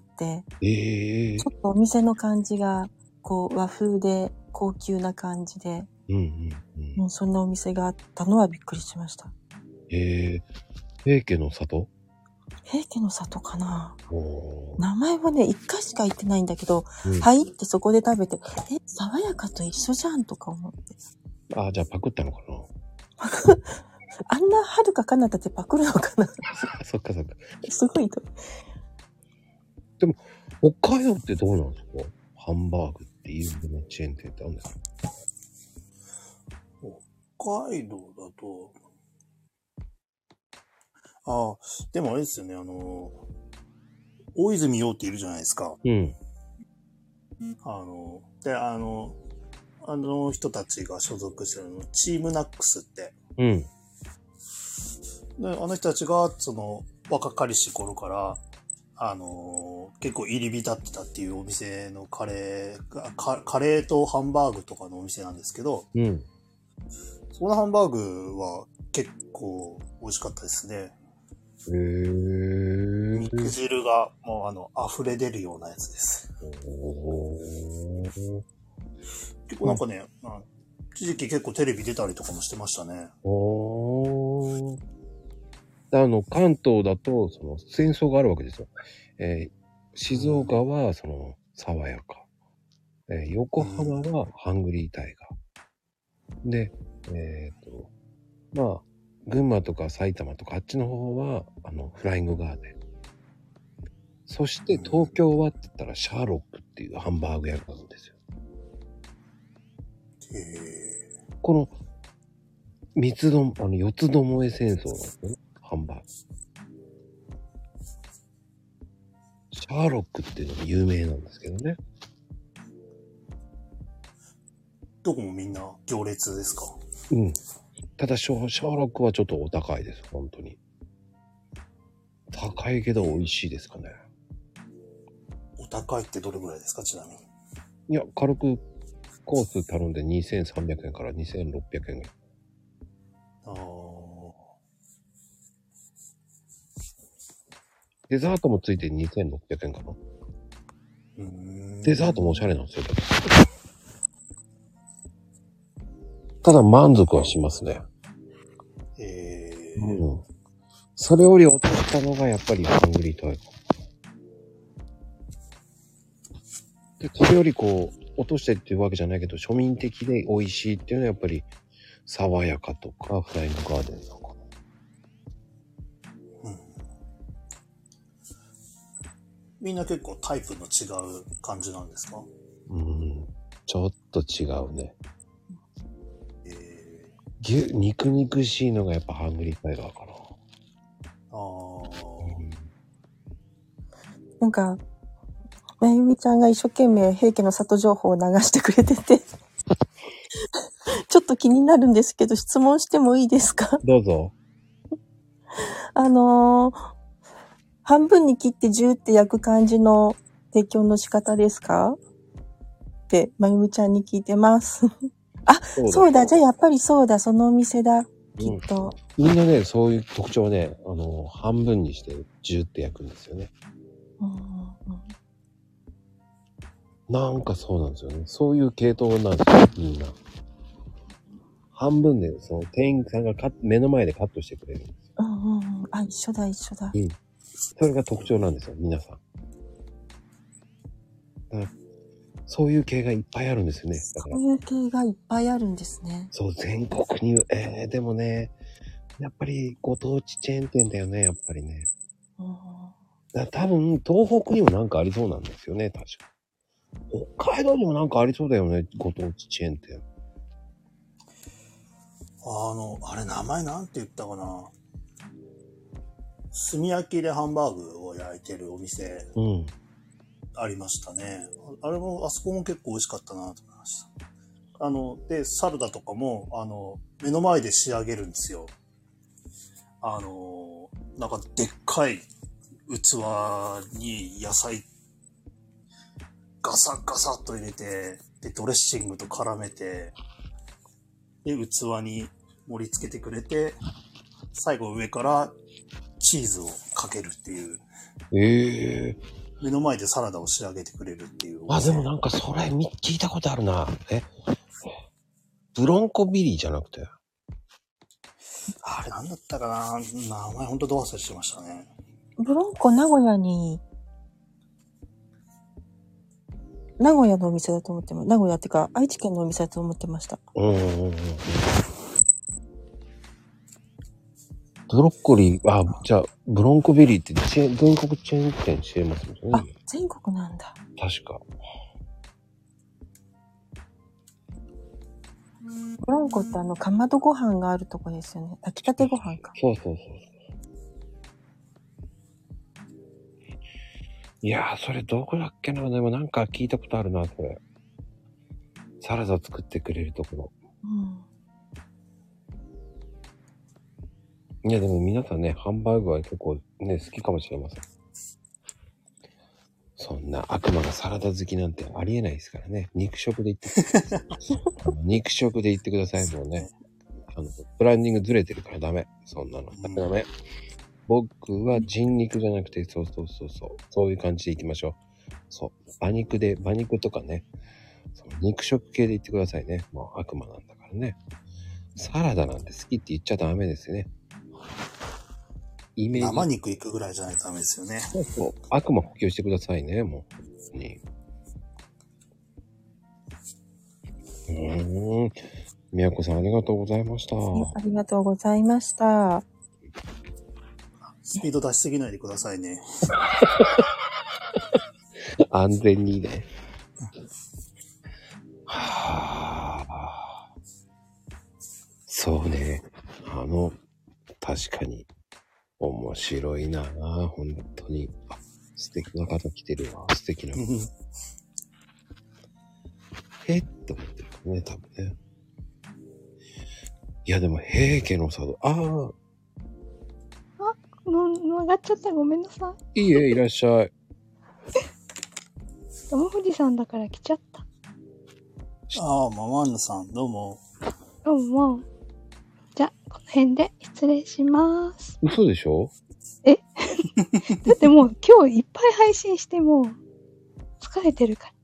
えー、ちょっとお店の感じが、こう、和風で高級な感じで、うんうんうん、そんなお店があったのはびっくりしました。 えー、平家の里？ 平家の里かな。名前はね、一回しか行ってないんだけど、うん、入ってそこで食べて、え、爽やかと一緒じゃんとか思って。 ああ、じゃあパクったのかな。 パク、あんな遥か彼方ってパクるのかな。 そっかそっか。 すごいと。 でも、北海道ってどうなんですか？ハンバーグっていうチェーン店ってあるんですか？ 北海道だと、ああ、でもあれですよね、あの、大泉洋っているじゃないですか。うん。あの、で、あの、あの人たちが所属してるの、チームナックスって。うん。で、あの人たちが、その、若かりし頃から、あのー、結構入り浸ってたっていうお店のカレーが、カレーとハンバーグとかのお店なんですけど、うん。そのハンバーグは結構美味しかったですね。へー。肉汁がもうあの、溢れ出るようなやつです。おー。結構なんかね、うん、一時期結構テレビ出たりとかもしてましたね。 おー。あの、関東だと、その、戦争があるわけですよ。えー、静岡は、その、爽やか。えー、横浜は、ハングリータイガー。で、えっと、まあ、群馬とか埼玉とか、あっちの方は、あの、フライングガーデン。そして、東京はって言ったら、シャーロックっていうハンバーグ屋があるんですよ。へー。この、三つども、あの、四つどもえ戦争なんですよね。ハンバーグ。シャーロックっていうのが有名なんですけどね。 どこもみんな行列ですか？ うん。ただシャーロックはちょっとお高いです、本当に。高いけど美味しいですかね。 お高いってどれぐらいですか、ちなみに。 いや、軽くコース頼んでにせんさんびゃくえんからにせんろっぴゃくえんぐらい。ああ。デザートもついてにせんろっぴゃくえんかな。うーん。デザートもおしゃれなんですよ。ただ満足はしますね。えー、うん。それより落としたのがやっぱりハングリータイガー。で、それよりこう、落としてっていうわけじゃないけど、庶民的で美味しいっていうのはやっぱり、爽やかとか、フライングガーデンとか。 うん。みんな結構タイプの違う感じなんですか？ うん。ちょっと違うね。えー、牛、肉肉しいのがやっぱハングリータイガーかな。ああ、 うん。なんか、まゆみちゃんが一生懸命平家の里情報を流してくれててちょっと気になるんですけど質問してもいいですか？ どうぞ。 あのー、半分に切ってジューって焼く感じの提供の仕方ですかってまゆみちゃんに聞いてますあ、そうだ、そうだ、じゃあやっぱりそうだ、そのお店だ、きっと、 うん、みんなね、そういう特徴ね、あの半分にしてジューって焼くんですよね。うんうん、なんかそうなんですよね。そういう系統なんですよ、みんな。 半分で、その店員さんがカッ目の前でカットしてくれるんですよ。 うんうんうん。あ、一緒だ一緒だ。 うん。それが特徴なんですよ、皆さん。だからそういう系がいっぱいあるんですよね。だからそういう系がいっぱいあるんですね。 そう、全国に、えー、でもね、やっぱりご当地チェーン店だよね、やっぱりね。 うん、 だ多分、東北にもなんかありそうなんですよね、確か。北海道にもなんかありそうだよね、ご当地チェーン店。 あの、あれ名前なんて言ったかな。炭焼きでハンバーグを焼いてるお店、 うん。 ありましたね。あれも、あそこも結構美味しかったなと思いました。あの、で、サラダとかも、あの、目の前で仕上げるんですよ。あの、なんかでっかい器に野菜ガサガサっと入れて、で、ドレッシングと絡めて、で、器に盛り付けてくれて、最後上からチーズをかけるっていう。 ええ目の前でサラダを仕上げてくれるっていう。 あ、でもなんかそれ聞いたことあるな。えブロンコビリーじゃなくて。 あれなんだったかな、名前ほんとど忘れしてましたね。 ブロンコ名古屋に、名古屋のお店だと思ってます。名古屋ってか、愛知県のお店だと思ってました。 うんうんうんうん。ブロッコリー、あ、じゃあ、ブロンコビリーってチェーン、全国チェーン店してますもんね。 あ、全国なんだ。 確か。 ブロンコってあの、かまどご飯があるとこですよね。炊きたてご飯か。 そうそうそう。いやー、それどこだっけな。でもなんか聞いたことあるな、それ。サラダ作ってくれるところ。うん。いや、でも皆さんね、ハンバーグは結構ね、好きかもしれません。そんな悪魔がサラダ好きなんてありえないですからね。肉食で言ってください。肉食で言ってください。もうね。あの、プランニングずれてるからダメ。そんなの。ダメダメ。僕は人肉じゃなくて、そうそうそうそう。そういう感じでいきましょう。そう。馬肉で、馬肉とかね。その肉食系で言ってくださいね。もう悪魔なんだからね。サラダなんて好きって言っちゃダメですよね。イメージ。 生肉いくぐらいじゃないとダメですよね。 そうそう。悪魔補給してくださいね。もう。本当に。うーん。みやこさんありがとうございました。 ありがとうございました。 スピード出しすぎないでくださいね。 安全にね。はあ。そうね。あの、確かに。面白いなぁ。本当に。あ、素敵な方来てるわ。素敵な。えっと思ってるね、多分ね。いや、でも、平家の佐渡。ああ。 あ、の、曲がっちゃった。ごめんなさい。いいえ、いらっしゃい。 友藤さんだから来ちゃった。 ああ、ママンヌさん、どうも。 どうも。じゃ、この辺で失礼します。 嘘でしょ？ えだってもう今日いっぱい配信しても疲れてるから。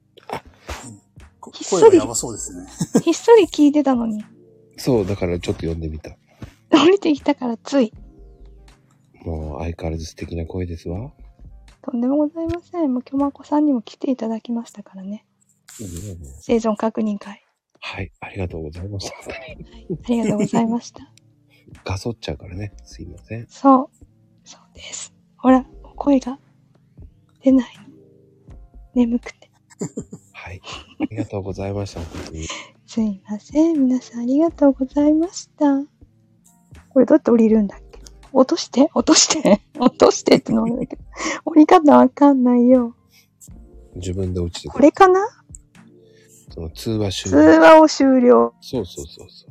ひっそり声がやばそうですね。 ひっそり聞いてたのに。 そう、だからちょっと呼んでみた。 降りてきたからつい。 もう相変わらず素敵な声ですわ。 とんでもございません。もうきょまこさんにも来ていただきましたからね。 いいね、 生存確認会。 はい、ありがとうございました。 はい、ありがとうございました。 ガソっちゃうからね。すいません。 そう。そうです。ほら、声が出ないの。眠くて。 はい。ありがとうございました。本当に。 すいません。皆さんありがとうございました。これどうやって降りるんだっけ？落として落として落としてってのだけど。降り方わかんないよ。 自分で落ちてくる。 これかな？ その通話終通了。 話を終了。 そうそうそうそう。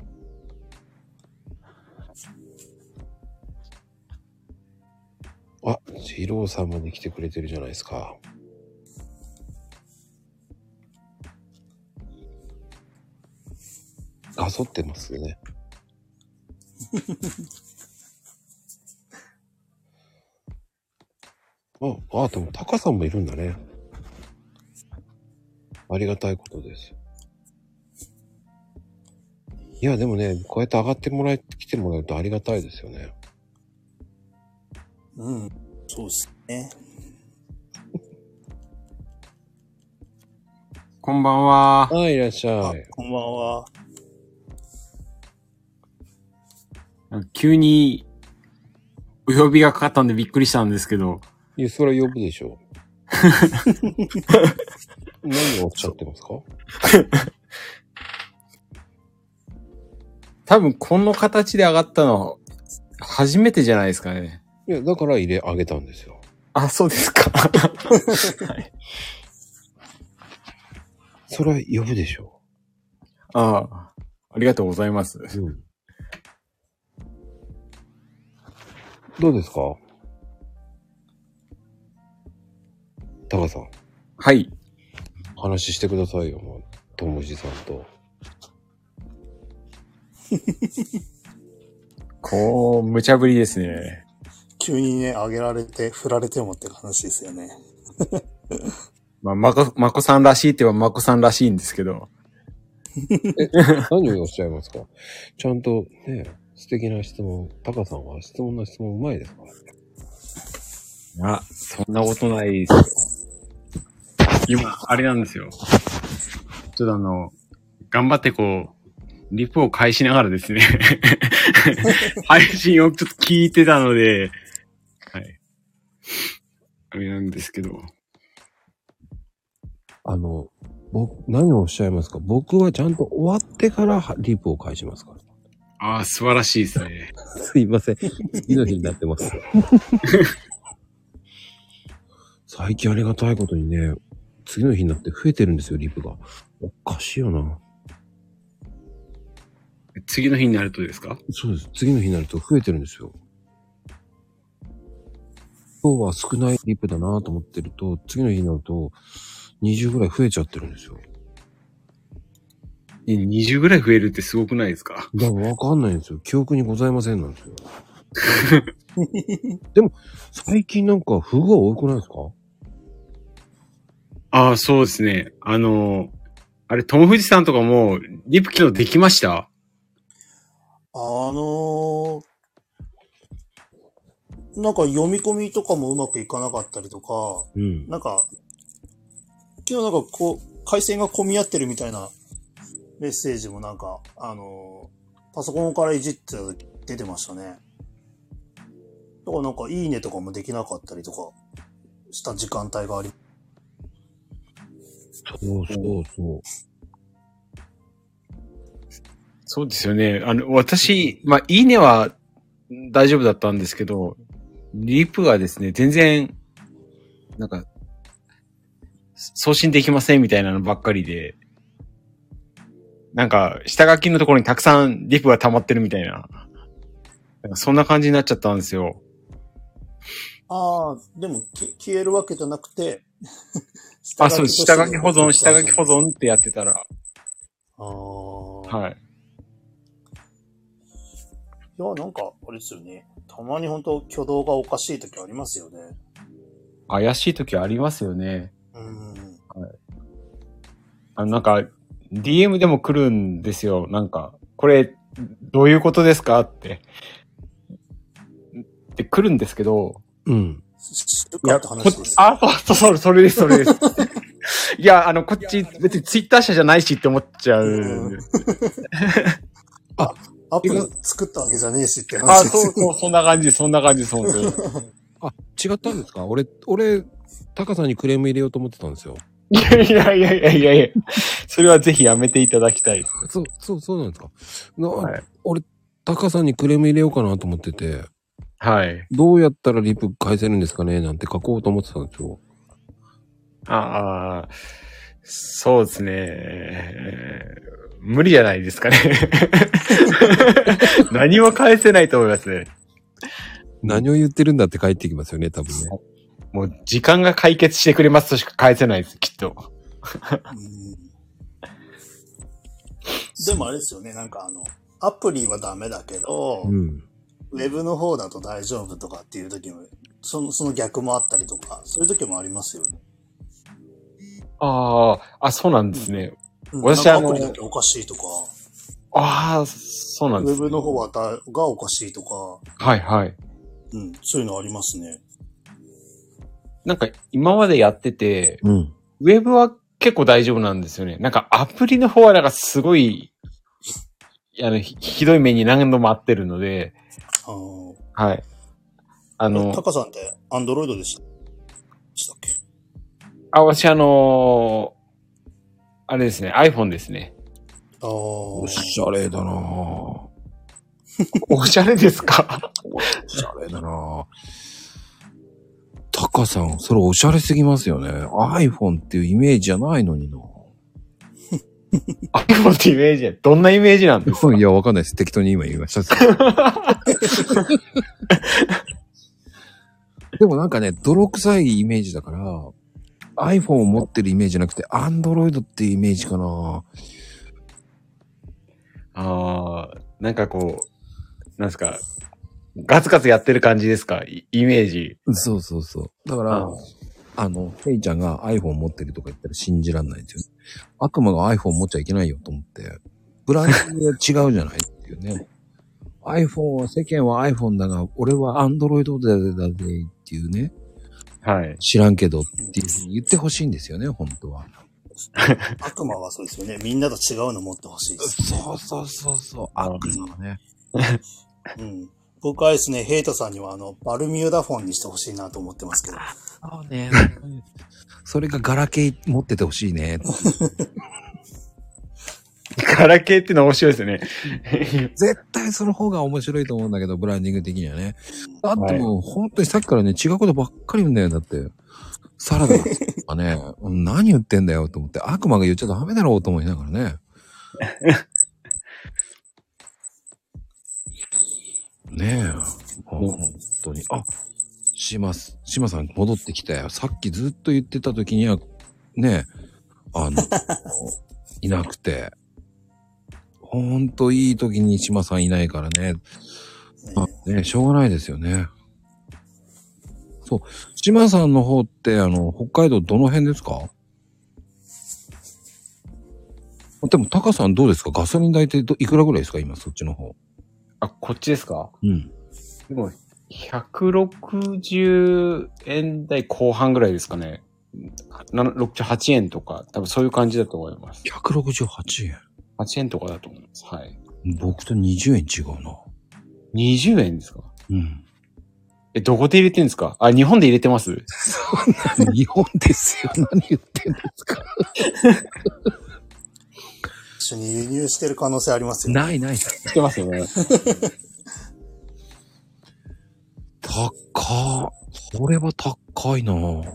あ、ジローさんまで来てくれてるじゃないですか。ガソってますね。あ、あ、でもタカさんもいるんだね。ありがたいことです。 いや、でもね、こうやって上がってもらえ、来てもらうとありがたいですよね。 うん。そうですね。 こんばんは。 はい、いらっしゃい。 こんばんは。 急に、お呼びがかかったんでびっくりしたんですけど。 いや、それは呼ぶでしょう。何をおっしゃってますか？ 多分この形で上がったのは初めてじゃないですかね。 いや、だから入れ、あげたんですよ。 あ、そうですか。はい、 それは呼ぶでしょう。ああ、ありがとうございます。うん、 どうですか？タカさん。 はい。 話してくださいよ、もう。ともじさんと。 こう、無茶ぶりですね。 急にね、上げられて、振られてもって話ですよね。 まあ、まこ、まこさんらしいって言えばまこさんらしいんですけど。 え、何をおっしゃいますか？ちゃんとね、素敵な質問、タカさんは質問の質問うまいですから。 あ、そんなことないですよ。今、あれなんですよ。ちょっとあの、頑張ってこう、リプを返しながらですね、配信をちょっと聞いてたので、はい。あれなんですけど。 あの、僕、何をおっしゃいますか？僕はちゃんと終わってからリプを返しますから。 ああ、素晴らしいですね。 すいません。次の日になってます。最近ありがたいことにね、次の日になって増えてるんですよ、リプが。おかしいよな。 次の日になるとですか？ そうです。次の日になると増えてるんですよ。今日は少ないリプだなと思ってると、次の日になるとにじゅうぐらい増えちゃってるんですよ。 にじゅうぐらい増えるってすごくないですか？ だからわかんないんですよ。記憶にございませんなんですよ。でも、最近なんかフグが多くないですか？ ああ、そうですね。あの、あれ、友藤さんとかもリプ機能できました？ あのー、なんか読み込みとかもうまくいかなかったりとか、うん、なんか、今日なんかこう、回線が混み合ってるみたいなメッセージもなんか、あのー、パソコンからいじってた時出てましたね。だからなんか、いいねとかもできなかったりとかした時間帯があり。 そうそうそう。 そうですよね。あの、私、まあ、いいねは大丈夫だったんですけど、リプがですね、全然、なんか、送信できませんみたいなのばっかりで、なんか、下書きのところにたくさんリプが溜まってるみたいな、なんかそんな感じになっちゃったんですよ。 ああ、でも消えるわけじゃなくて、 あ、そう、下書き保存、下書き保存ってやってたら。ああ。 はい。 いや、なんか、あれですよね。たまに本当挙動がおかしい時ありますよね。 怪しい時ありますよね。うん。はい。あの、なんか、ディーエム でも来るんですよ。なんか、これ、どういうことですかって。で、来るんですけど。 うん。 いや、って話です。 あ、そうそう、それです、それです。いや、あの、こっち、別にツイッター社じゃないしって思っちゃう。うん、 あ、アプリ作ったわけじゃねえしって話です。あ、そうそう、そんな感じ、そんな感じ、そんな感じ。 あ、違ったんですか？俺、俺、タカさんにクレーム入れようと思ってたんですよ。 いやいやいやいやいやいや、それはぜひやめていただきたい。 そう、そう、そうなんですか。はい、俺、タカさんにクレーム入れようかなと思ってて。 はい。 どうやったらリプ返せるんですかねなんて書こうと思ってたんですよ。 ああ、そうですね。無理じゃないですかね。何も返せないと思いますね。 何を言ってるんだって返ってきますよね、多分ね。 もう時間が解決してくれますとしか返せないです、きっと。 でもあれですよね、なんかあの、アプリはダメだけど、うん、ウェブの方だと大丈夫とかっていう時も、その、その逆もあったりとか、そういう時もありますよね。 ああ、あ、そうなんですね。 うん、私あの、アプリだけおかしいとか。 ああ、そうなんです、ね。 ウェブの方はだがおかしいとか。 はいはい。 うん、そういうのありますね。 なんか今までやってて、 うん。 ウェブは結構大丈夫なんですよね。なんかアプリの方はなんかすごい、あの、ひ, ひどい目に何度も合ってるので、 あはい。あの、 タカさんってアンドロイドでしたしたっけ？ あ、私あのー、あれですね、iPhone ですね。 ああ。 おしゃれだなぁ。 おしゃれですか？ おしゃれだなぁ。タカさん、それおしゃれすぎますよね。iPhone っていうイメージじゃないのにな。 iPhone ってイメージどんなイメージなんですか？ いや、わかんないです。適当に今言いました。でもなんかね、泥臭いイメージだから、iPhone を持ってるイメージじゃなくて、Android っていうイメージかな。 ああ、なんかこう、なんですか、ガツガツやってる感じですか？イメージ。 そうそうそう。だから、あ, あの、ヘイちゃんが iPhone 持ってるとか言ったら信じらんないんですよね。悪魔が iPhone 持っちゃいけないよと思って、ブランドが違うじゃないっていうね。iPhone は、世間は iPhone だが、俺は Android だぜだぜっていうね。 はい。 知らんけどっていうふうに言ってほしいんですよね、本当は。 悪魔はそうですよね。みんなと違うの持ってほしいです、ね。 そうそうそうそう。悪魔はね。 うん。僕はですね、ヘイトさんにはあの、バルミューダフォンにしてほしいなと思ってますけど。 そうね。それがガラケー持っててほしいね。 ガラケーってのは面白いですよね。 絶対その方が面白いと思うんだけど、ブランディング的にはね。だってもう、はい、本当にさっきからね、違うことばっかり言うんだよ。だって。サラダとかね、何言ってんだよと思って、悪魔が言っちゃダメだろうと思いながらね。ねえ。本当に。あ、島、島さん戻ってきたよ。さっきずっと言ってた時には、ねえ、あの、いなくて。ほんといい時に島さんいないからね。まあね、しょうがないですよね。そう。島さんの方って、あの、北海道どの辺ですか？でも、タカさんどうですか？ガソリン代ってどいくらぐらいですか今、そっちの方。 あ、こっちですか？ うん。 でも、ひゃくろくじゅうえん台後半ぐらいですかね。ろくじゅうはちえんとか、多分そういう感じだと思います。 ひゃくろくじゅうはちえん。 はちえんとかだと思います。はい。 僕とにじゅうえん違うな。 にじゅうえんですか？ うん。 え、どこで入れてんですか？あ、日本で入れてます？ そんな、日本ですよ。何言ってんですか？ 一緒に輸入してる可能性ありますよね。 ないない。 してますよね。 高っ。これは高いなぁ。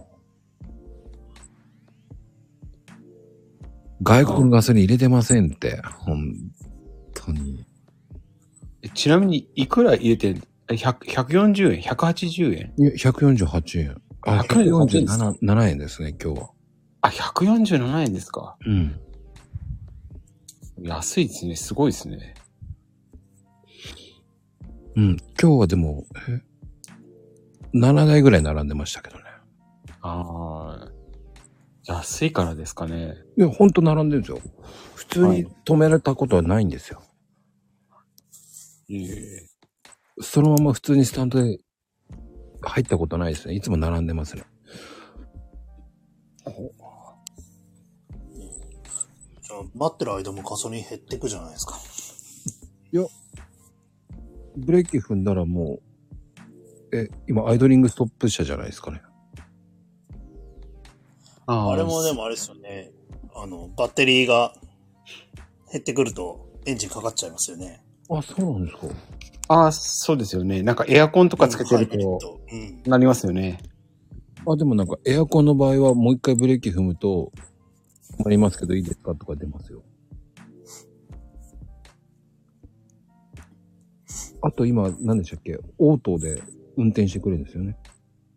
外国のガソリン入れてませんって。本当に。 え、ちなみに、いくら入れてんの？ひゃく、ひゃくよんじゅうえん ?ひゃくはちじゅうえん？ いや、ひゃくよんじゅうはちえん。あ、ひゃくよんじゅうななえんですね、今日は。 あ、ひゃくよんじゅうななえんですか？ うん。 安いですね。すごいですね。 うん。今日はでも、えななだいぐらい並んでましたけどね。 ああ。安いからですかね。 いや、ほんと並んでるんですよ。普通に止められたことはないんですよ。 いえいえ。 そのまま普通にスタンドで入ったことないですね。いつも並んでますね。 じゃあ、待ってる間もガソリン減ってくじゃないですか。 いや、ブレーキ踏んだらもう、え、今アイドリングストップ車じゃないですかね。 あ, あれもでもあれですよね。あの、バッテリーが減ってくるとエンジンかかっちゃいますよね。 あ、そうなんですか。 ああ、そうですよね。なんかエアコンとかつけてると、うん、なりますよね。 あ、でもなんかエアコンの場合はもう一回ブレーキ踏むと、止まりますけどいいですかとか出ますよ。あと今、何でしたっけ？オートで運転してくれるんですよね。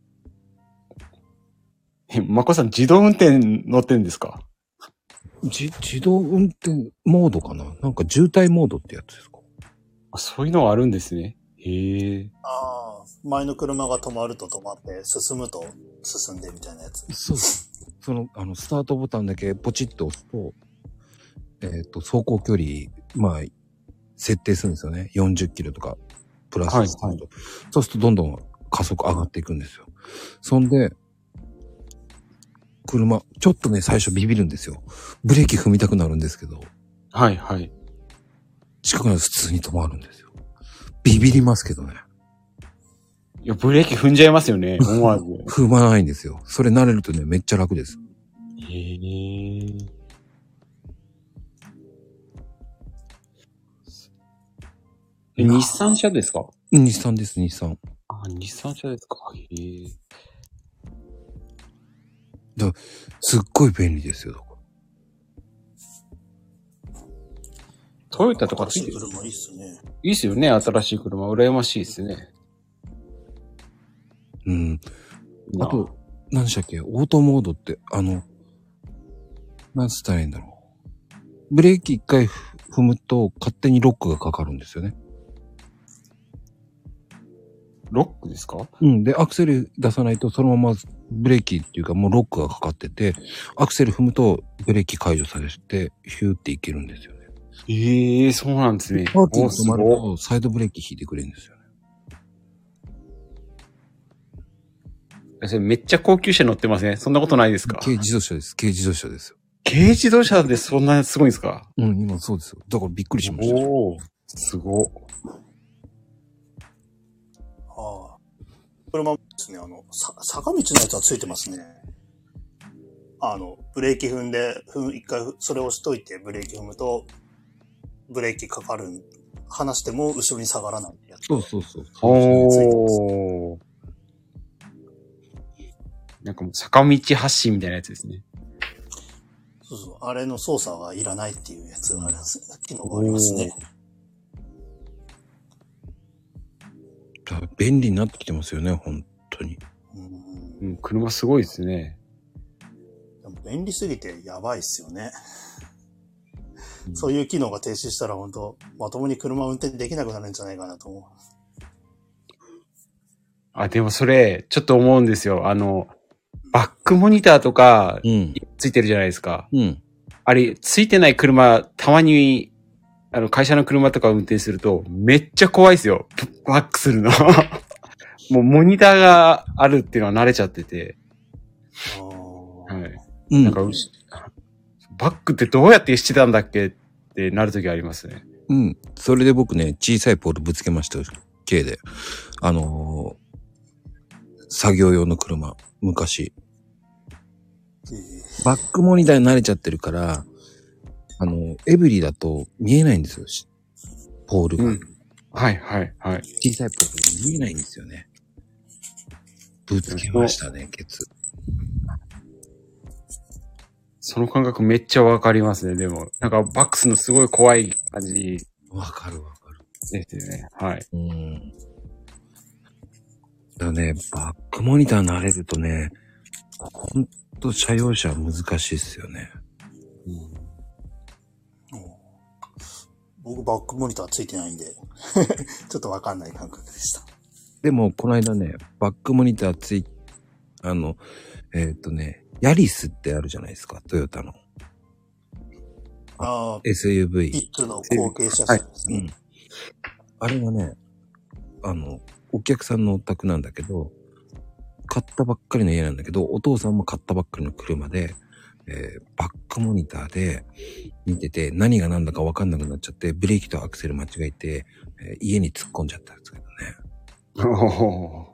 え、まこさん自動運転乗ってんですか？ じ、自動運転モードかな？なんか渋滞モードってやつですか？ あ、そういうのがあるんですね。へえ。 ああ、前の車が止まると止まって、進むと進んでみたいなやつ。 そう。その、あの、スタートボタンだけポチッと押すと、えっと、走行距離、まあ、 設定するんですよね。よんじゅっキロとか、プラスすると。 はいはい、 そうするとどんどん加速上がっていくんですよ。そんで、車、ちょっとね、最初ビビるんですよ。ブレーキ踏みたくなるんですけど。 はいはい。 近くなると普通に止まるんですよ。ビビりますけどね。 いや、ブレーキ踏んじゃいますよね。思わず。 踏まないんですよ。それ慣れるとね、めっちゃ楽です。 へぇー。え、日産車ですか？ 日産です、日産。 あ、日産車ですか。へぇー。 だすっごい便利ですよ。 トヨタとか新しい車いいっすね。 いいっすよね、新しい車。羨ましいですね。 うん。あと、何でしたっけ、オートモードって、あの、何つったらいいんだろう。ブレーキ一回踏むと勝手にロックがかかるんですよね。 ロックですか？ うん。で、アクセル出さないとそのままブレーキっていうかもうロックがかかってて、アクセル踏むとブレーキ解除されて、ヒューっていけるんですよね。 ええー、そうなんですね。 パーキング止まるとサイドブレーキ引いてくれるんですよね。 それめっちゃ高級車乗ってますね。そんなことないですか？ 軽自動車です。軽自動車ですよ。 軽自動車でそんなすごいんですか？ うん、今そうですよ。だからびっくりしました。 おー、すごっ。 ああ。車もですね、あの、さ、坂道のやつはついてますね。あの、ブレーキ踏んで、踏一回それをしといてブレーキ踏むと、ブレーキかかる。離しても後ろに下がらないってやつ。 そうそうそう。 おー。なんかもう坂道発進みたいなやつですね。 そうそう。あれの操作はいらないっていうやつがあります。機能がありますね。 便利になってきてますよね、本当に。 うん、車すごいですね。 でも便利すぎてやばいっすよね。うん、そういう機能が停止したら本当まともに車運転できなくなるんじゃないかなと思う。 あ、でもそれ、ちょっと思うんですよ。あの、バックモニターとか、ついてるじゃないですか。 うん。 あれ、ついてない車、たまに、あの、会社の車とか運転すると、めっちゃ怖いですよ。バックするの。もう、モニターがあるっていうのは慣れちゃってて。はい。うん。なんか、バックってどうやってしてたんだっけってなるときありますね。 うん。それで僕ね、小さいポールぶつけましたよ。軽で。あのー、作業用の車。昔。バックモニターに慣れちゃってるから、あの、エブリだと見えないんですよ。ポールが。うん、 はいはいはい。 小さいポールが見えないんですよね。ぶつけましたね、ケツ。 その感覚めっちゃわかりますね、でも。なんかバックスのすごい怖い感じ。 わかるわかる。 ですよね。はい。 うん。だね、バックモニター慣れるとね、ほんと車用車は難しいっすよね。うん、 僕バックモニターついてないんで、ちょっとわかんない感覚でした。 でも、この間ね、バックモニターつい、あの、えっとね、ヤリスってあるじゃないですか、トヨタの。 ああ。 エスユーブイ。 ピッツの後継者車ですね、はい。うん。 あれがね、あの、お客さんのお宅なんだけど、買ったばっかりの家なんだけど、お父さんも買ったばっかりの車で、えー、バックモニターで見てて、何が何だか分かんなくなっちゃって、ブレーキとアクセル間違えて、えー、家に突っ込んじゃったんですけどね。 お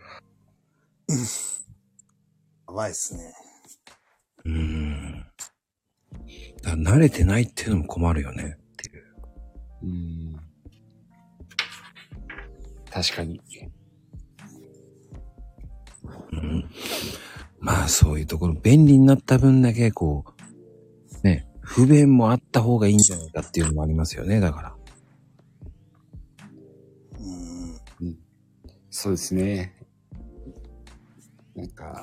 ー。やばいっすね。 うーん。だから慣れてないっていうのも困るよねっていう。 うーん。確かに。 うん。まあそういうところ、便利になった分だけこう、ね、不便もあった方がいいんじゃないかっていうのもありますよね、だから。 うーん。 うん、そうですね。なんか、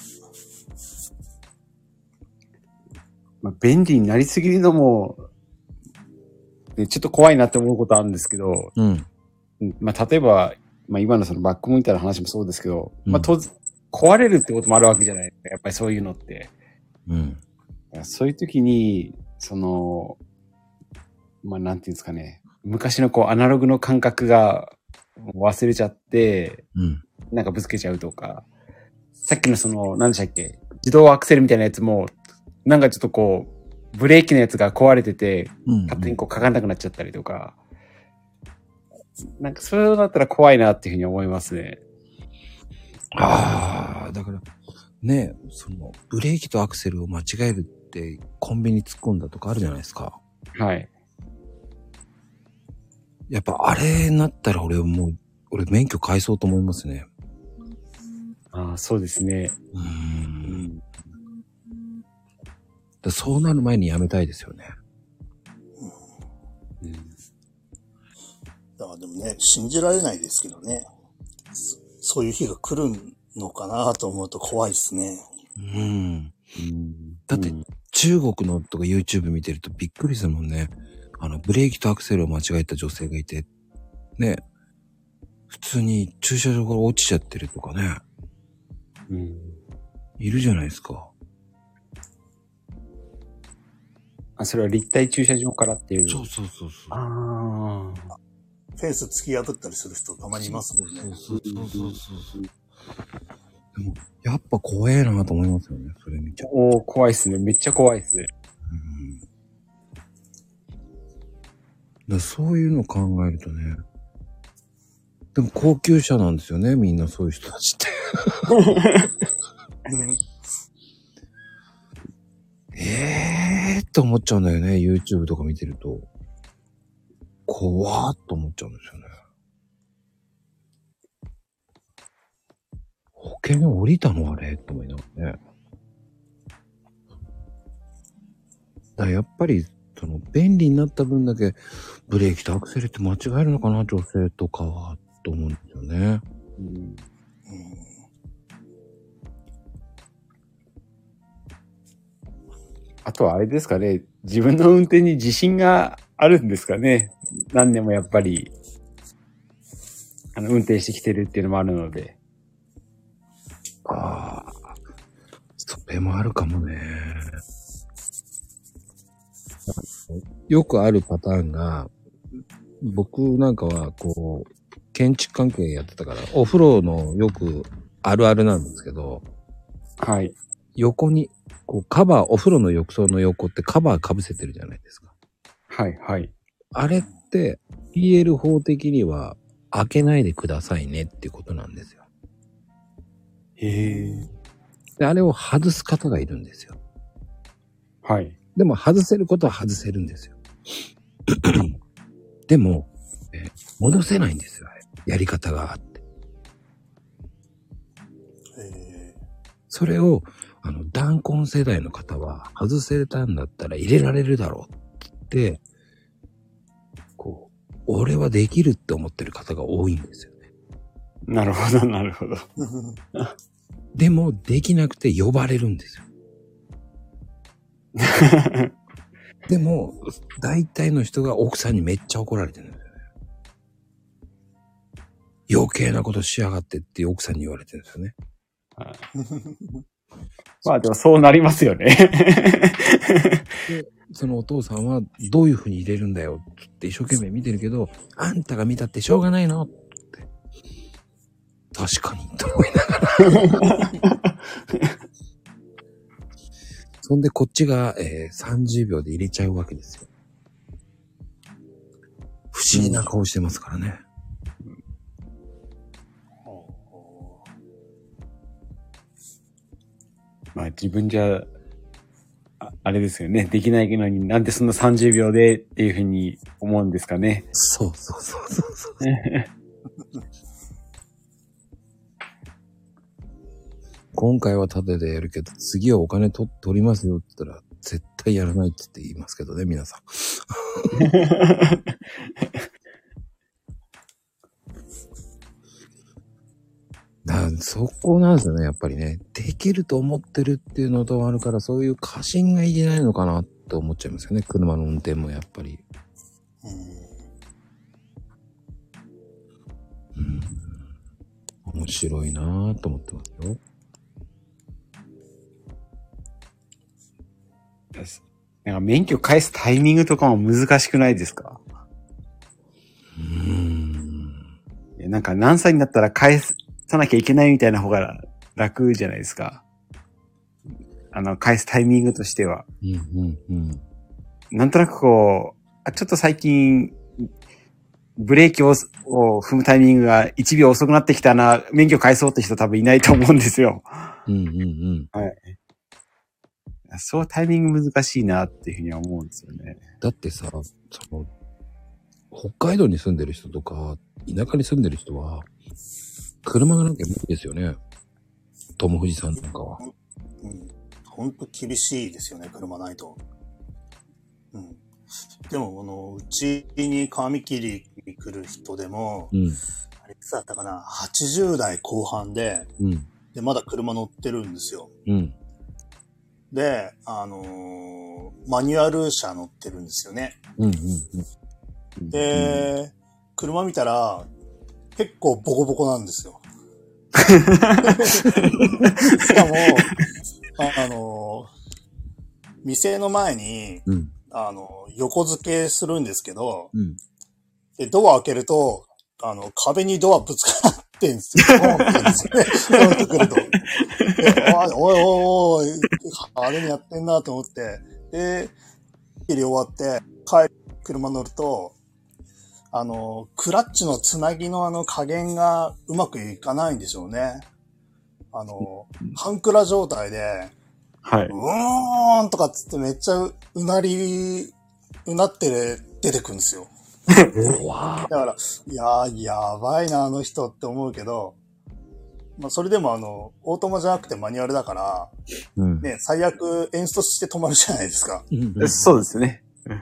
まあ、便利になりすぎるのも、ね、ちょっと怖いなって思うことあるんですけど、 うん。 まあ例えば、まあ今のそのバックモニターの話もそうですけど、うん、まあ当然、壊れるってこともあるわけじゃないですか。やっぱりそういうのって。 うん。 そういう時に、その、まあなんていうんですかね。 昔のこうアナログの感覚が忘れちゃって、 うん。 なんかぶつけちゃうとか、さっきのその、何でしたっけ、自動アクセルみたいなやつも、なんかちょっとこう、ブレーキのやつが壊れてて、 うんうん、 勝手にこうかかんなくなっちゃったりとか、なんかそうなったら怖いなっていうふうに思いますね。 ああ、だから、ね、その、ブレーキとアクセルを間違えるってコンビニ突っ込んだとかあるじゃないですか。 はい。 やっぱあれになったら俺もう、俺免許返そうと思いますね。 ああ、そうですね。 うーん。だそうなる前にやめたいですよね。 うん。だからでもね、信じられないですけどね。そういう日が来るのかなと思うと怖いですね。 うん。だって、中国のとか YouTube 見てるとびっくりするもんね。あの、ブレーキとアクセルを間違えた女性がいて、ね、普通に駐車場から落ちちゃってるとかね。 うん。 いるじゃないですか。 あ、それは立体駐車場からっていう。 そうそうそうそう。 ああ。 フェンス突き破ったりする人たまにいますもんね。 そうそうそうそうそう。でも、やっぱ怖えなと思いますよね、それ見ちゃう。 おー、怖いっすね。めっちゃ怖いっすね。 うん。だそういうのを考えるとね。でも高級車なんですよね、みんなそういう人たちって。えーって思っちゃうんだよね、YouTube とか見てると。怖ーっと思っちゃうんですよね。保険降りたのあれって思いながらね。だからやっぱり、その、便利になった分だけ、ブレーキとアクセルって間違えるのかな、女性とかは、と思うんですよね。うん。うん、 あとはあれですかね、自分の運転に自信があるんですかね。何年もやっぱり、あの、運転してきてるっていうのもあるので。 ああ、それもあるかもね。よくあるパターンが、僕なんかはこう、建築関係やってたから、お風呂のよくあるあるなんですけど、 はい。 横に、こうカバー、お風呂の浴槽の横ってカバー被せてるじゃないですか。 はいはい。 あれって、ピーエル 法的には開けないでくださいねっていうことなんですよ。 へえ。 で、あれを外す方がいるんですよ。 はい。 でも外せることは外せるんですよ。でも、え、戻せないんですよ、あれ。やり方があって。 えー、 それを、あの、弾痕世代の方は、外せたんだったら入れられるだろうって言って、こう、俺はできるって思ってる方が多いんですよね。 なるほど、なるほど。 でも、できなくて呼ばれるんですよ。でも、大体の人が奥さんにめっちゃ怒られてるんですよね。余計なことしやがってって奥さんに言われてるんですよね。 はい、まあでもそうなりますよね。 で、そのお父さんはどういう風に入れるんだよって一生懸命見てるけど、あんたが見たってしょうがないのって。確かにと思いながら。そんでこっちが、えー、さんじゅうびょうで入れちゃうわけですよ。不思議な顔してますからね。うん、 まあ自分じゃ、あ、あれですよね。できないのになんでそんなさんじゅうびょうでっていうふうに思うんですかね。 そうそうそうそうそう。今回はタダでやるけど、次はお金と取りますよって言ったら、絶対やらないって言いますけどね、皆さん。だそこなんですよね、やっぱりね。できると思ってるっていうのとあるから、そういう過信がいけないのかなって思っちゃいますよね、車の運転もやっぱり。うん。面白いなぁと思ってますよ。 なんか免許返すタイミングとかも難しくないですか？ なんか何歳になったら返さなきゃいけないみたいな方が楽じゃないですか。あの、返すタイミングとしては。 うんうんうん。 なんとなくこう、あちょっと最近、ブレーキをを踏むタイミングがいちびょう遅くなってきたな、免許返そうって人多分いないと思うんですよ。 うんうんうん。 はい。そうタイミング難しいなっていうふうには思うんですよね。 だってさ、その、北海道に住んでる人とか、田舎に住んでる人は、車がなきゃ無理ですよね。友藤さんなんかは。 うん。ほんと厳しいですよね、車ないと。うん。でも、あの、うちに髪切りに来る人でも、 うん。 あれいつだったかな、はちじゅう代後半で、 うん。 で、まだ車乗ってるんですよ。 うん。 で、あのー、マニュアル車乗ってるんですよね。 うんうんうん。 で、うん、車見たら、結構ボコボコなんですよ。しかも、あ、あのー、店の前に、うん、あの、横付けするんですけど、うん、で、ドア開けると、あの、壁にドアぶつかってんですよ。そうなってくると。おいおいおいおい、あれにやってんなと思って、で、切り終わって、帰る車乗ると、あの、クラッチのつなぎのあの加減がうまくいかないんでしょうね。あの、半クラ状態で、 はい。 うーんとかっつってめっちゃうなり、うなって出てくるんですよ。だから、いやー、やばいな、あの人って思うけど、まあ、それでもあの、オートマじゃなくてマニュアルだから、うん、ね、最悪エンストして止まるじゃないですか。 そうですね。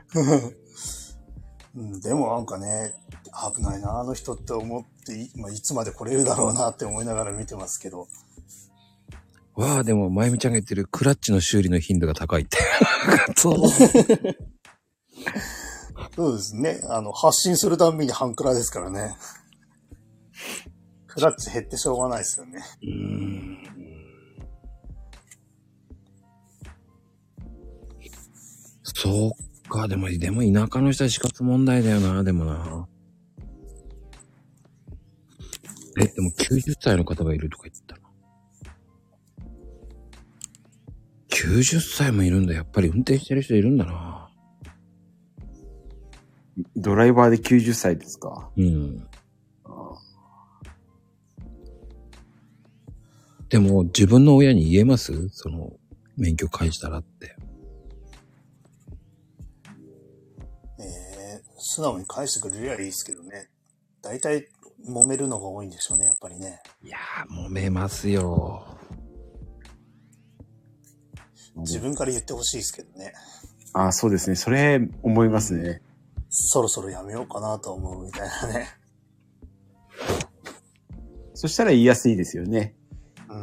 うん、でもなんかね、危ないな、あの人って思ってい、まあ、いつまで来れるだろうなって思いながら見てますけど。 わあ、でも、まゆみちゃんが言ってるクラッチの修理の頻度が高いって。そう。 そうですね。あの、発信するたんびに半クラですからね。クラッチ減ってしょうがないですよね。うーん。 そうか、でも、でも田舎の人は死活問題だよな、でもな。え、でもきゅうじゅっさいの方がいるとか言ってたな。きゅうじゅっさいもいるんだ。やっぱり運転してる人いるんだな。 ドライバーできゅうじゅっさいですか。 うん。でも自分の親に言えます？その免許返したらって。 えー、素直に返してくれりゃいいですけどね。大体揉めるのが多いんでしょうね、やっぱりね。 いやー、揉めますよ。 自分から言ってほしいですけどね。 ああ、そうですね。それ思いますね。 そろそろやめようかなと思うみたいなね。 そしたら言いやすいですよね。 うん。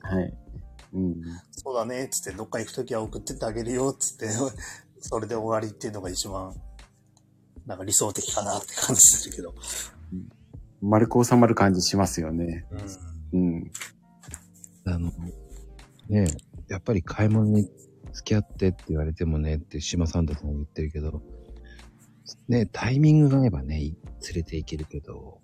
はい。うん。 そうだね、つって、どっか行くときは送ってってあげるよ、つって、それで終わりっていうのが一番、なんか理想的かなって感じするけど。 丸く収まる感じしますよね。うん。うん。 あの、ねえ、やっぱり買い物に付き合ってって言われてもねって島さんたちも言ってるけど、ねえ、タイミングが合えばね、連れて行けるけど、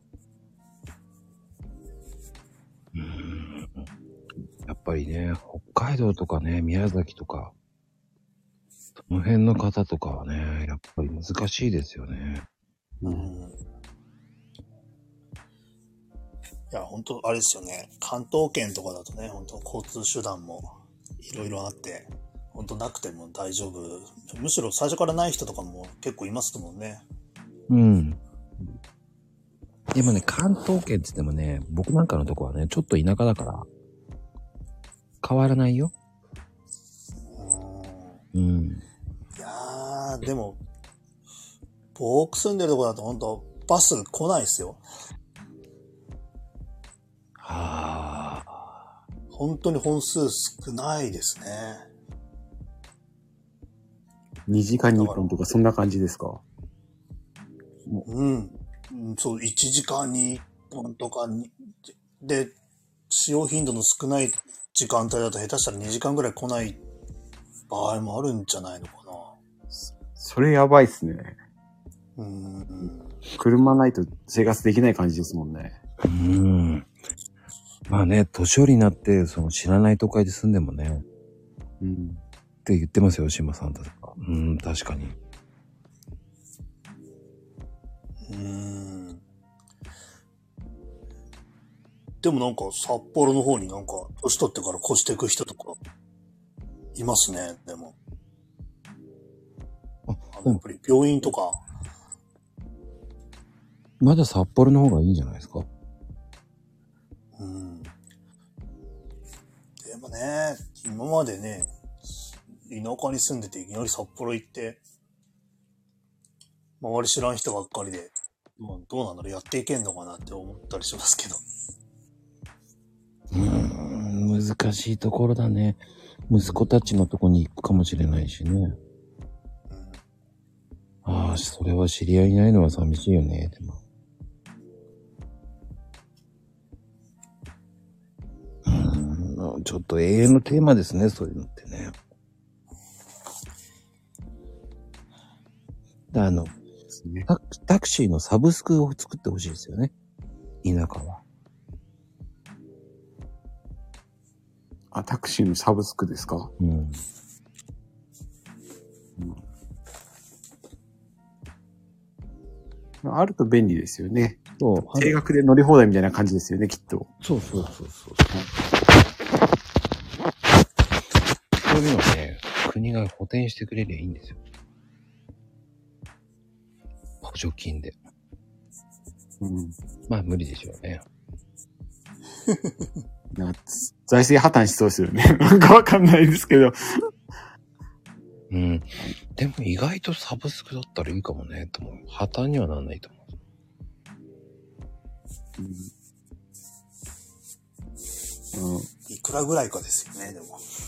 うーん、やっぱりね、北海道とかね、宮崎とか、その辺の方とかはね、やっぱり難しいですよね。 うん。いや、本当あれですよね。関東圏とかだとね、本当交通手段もいろいろあって、本当なくても大丈夫。むしろ最初からない人とかも結構いますもんね。 うん。でもね、関東圏って言ってもね、僕なんかのとこはね、ちょっと田舎だから、変わらないよ。うん。うん。 いやー、でも、僕住んでるとこだと本当バス来ないですよ。 はあ。 本当に本数少ないですね。 にじかんにいっぽんとかそんな感じですか？ うん。そう、いちじかんにいっぽんとかに、で、使用頻度の少ない時間帯だと下手したらにじかんぐらい来ない場合もあるんじゃないのかな。 それやばいっすね。 うーん。 車ないと生活できない感じですもんね。 うーん。まあね、年寄りになって、その知らない都会で住んでもね、うん。って言ってますよ、島さんとか。うん、確かに。 うーん。でもなんか札幌の方になんか年取ってから越していく人とかいますね、でも。 あ、 あのやっぱり病院とか。 まだ札幌の方がいいんじゃないですか？ うん。でもね、今までね、田舎に住んでていきなり札幌行って、周り知らん人ばっかりで、まあどうなんだろう、やっていけんのかなって思ったりしますけど。 うーん、難しいところだね。息子たちのとこに行くかもしれないしね。うん、ああ、それは知り合いいないのは寂しいよね、でも。うーん、ちょっと永遠のテーマですね、そういうのってね。あの、タ, タクシーのサブスクを作ってほしいですよね。田舎は。 あ、タクシーのサブスクですか？うん。うん、あると便利ですよね。そう。定額で乗り放題みたいな感じですよね、きっと。 そうそうそうそう。そういうのね、国が補填してくれりゃいいんですよ。補助金で。うん。まあ無理でしょうね。 なんか財政破綻しそうですよね。なんかわかんないですけど。 うん。でも意外とサブスクだったらいいかもね、と思う。破綻にはならないと思う。 うん。うん。いくらぐらいかですよね、でも。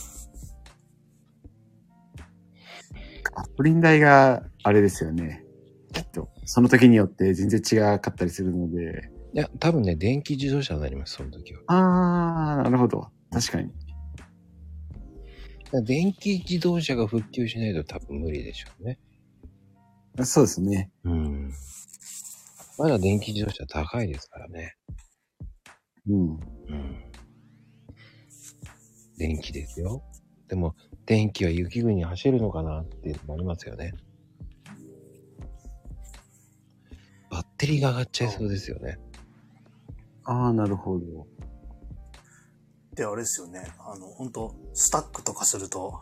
ガソリン代があれですよね。きっと。その時によって全然違かったりするので。 いや、多分ね、電気自動車になります、その時は。 あー、なるほど。確かに。 電気自動車が復旧しないと多分無理でしょうね。 そうですね。 うん。まだ電気自動車高いですからね。うん。うん。電気ですよ。でも、電気は雪国に走るのかなっていうのもありますよね。バッテリーが上がっちゃいそうですよね。 ああ、なるほど。 で、あれですよね。あの、本当スタックとかすると、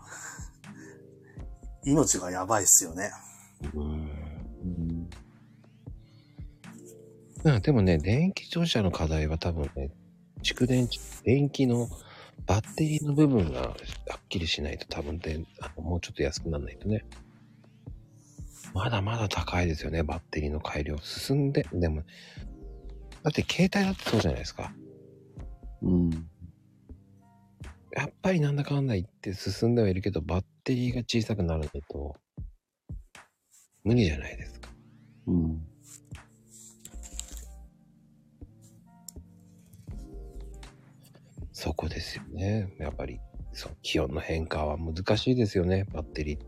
命がやばいっすよね。うん。 うん、でもね、電気自動車の課題は多分ね、蓄電池、電気のバッテリーの部分がはっきりしないと多分で、あのもうちょっと安くならないとね。まだまだ高いですよね、バッテリーの改良。進んで、でも、だって携帯だってそうじゃないですか。うん。やっぱりなんだかんだ言って進んではいるけど、バッテリーが小さくならないと、無理じゃないですか。うん。そこですよね。やっぱり、そう、気温の変化は難しいですよね、バッテリーって。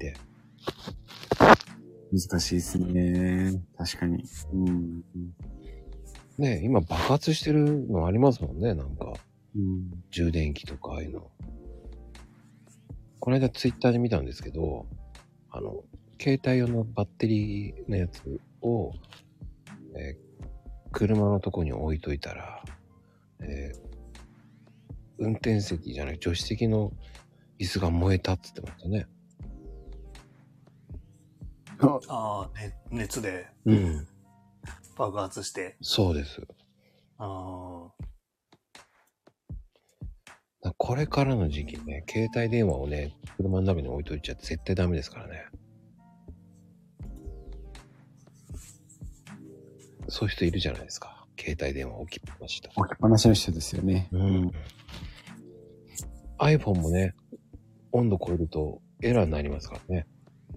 難しいですね。確かに。うん。 ねえ、今爆発してるのありますもんね、なんか。うん、充電器とかああいうの。この間ツイッターで見たんですけど、あの、携帯用のバッテリーのやつを、えー、車のとこに置いといたら、えー、運転席じゃない、助手席の椅子が燃えたって言ってましたね。 ああ、ね、熱で。 うん。 爆発して。 そうです。 ああ。これからの時期ね、携帯電話をね、車の中に置いといちゃ絶対ダメですからね。そういう人いるじゃないですか。携帯電話置きっぱなしと。 置きっぱなしの人ですよね。 うん。iPhone もね、温度超えるとエラーになりますからね。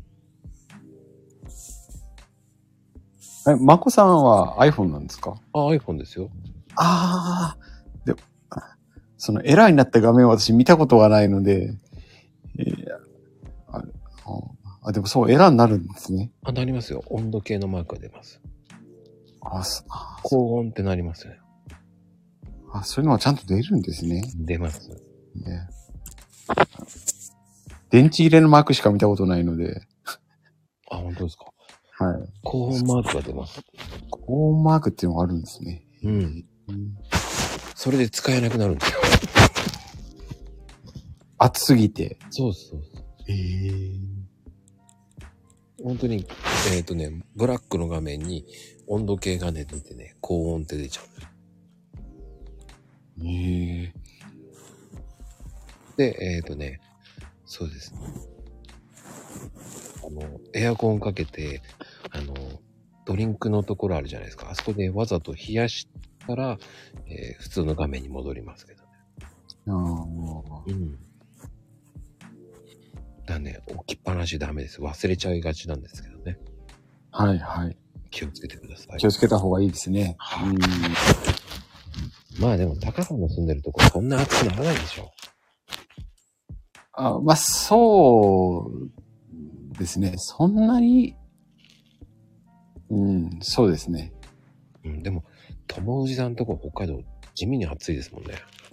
え、マコさんは iPhone なんですか？ あ、iPhone ですよ。 ああ。で、そのエラーになった画面を私見たことがないので、えー、あ, あ、でもそう、エラーになるんですね。 あ、なりますよ。温度計のマークが出ます。 あ、そ高温ってなりますね。 あ、そういうのはちゃんと出るんですね。 出ます。 ね。電池入れのマークしか見たことないので。 あ、本当ですか。 はい。 高温マークが出ます。 高温マークっていうのがあるんですね。 うん。うん、それで使えなくなるんですよ。 熱すぎて。 そうそうそう。 へー。 本当に、えっとね、ブラックの画面に温度計がね、出てね、高温って出ちゃう。 へー。 で、えっとね、そうです。あの、エアコンかけて、あの、ドリンクのところあるじゃないですか。あそこでわざと冷やしたら、えー、普通の画面に戻りますけどね。 ああ。 うん。だね、置きっぱなしダメです。忘れちゃいがちなんですけどね。 はいはい。 気をつけてください。 気をつけた方がいいですね。 うん。まあでも、タカさんの住んでるところ、こんな暑くならないでしょ。 あ、まあ、そうですね。そんなに、うん、そうですね。 うん、でも、友氏さんのところ、北海道、地味に暑いですもんね。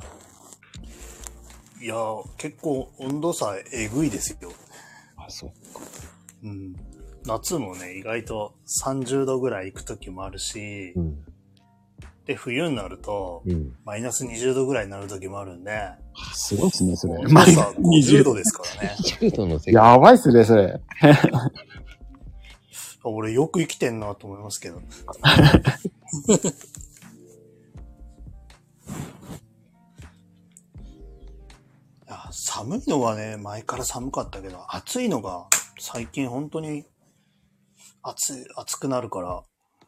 いやー、結構温度差えぐいですよ。 あ、そうか。 うん。夏もね、意外とさんじゅうどぐらい行く時もあるし、 うん、 で、冬になると、うん、マイナスにじゅうどぐらいになる時もあるんで、 すごいですね、それ。 マイナスごじゅうどですからね。 にじゅうどの世界。 やばいっすね、それ。 俺よく生きてんなと思いますけど。いや、寒いのはね、前から寒かったけど、暑いのが最近本当に暑い、暑くなるから、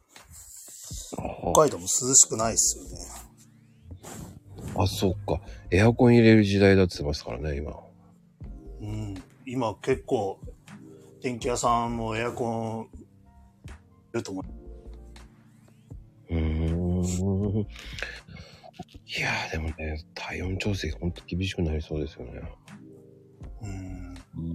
北海道も涼しくないっすよね。 あ、そっか。エアコン入れる時代だって言ってますからね、今。 うん。今結構、電気屋さんもエアコン、いると思う。 うーん。いやー、でもね、体温調整がほんと厳しくなりそうですよね。 うーん。うん、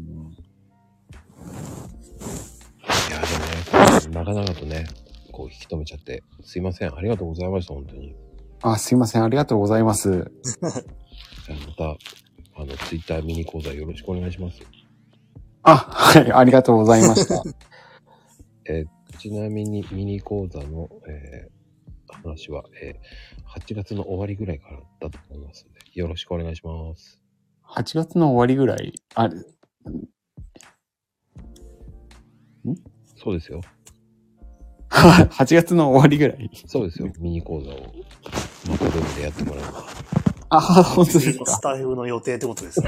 いやー、でもね、長々とね、こう引き止めちゃって、すいません。ありがとうございました、本当に。 あ、すいません。ありがとうございます。 じゃあまた、あの、ツイッターミニ講座よろしくお願いします。 あ、はい、ありがとうございました。 えー、ちなみにミニ講座の、えー、話は、えー、はちがつの終わりぐらいからだと思いますので、よろしくお願いします。 はちがつの終わりぐらいある。んそうですよ。 はちがつの終わりぐらいそうですよ。ミニ講座をマコルームでやってもらう。 あ、本当ですか。 スタイフの予定ってことですね。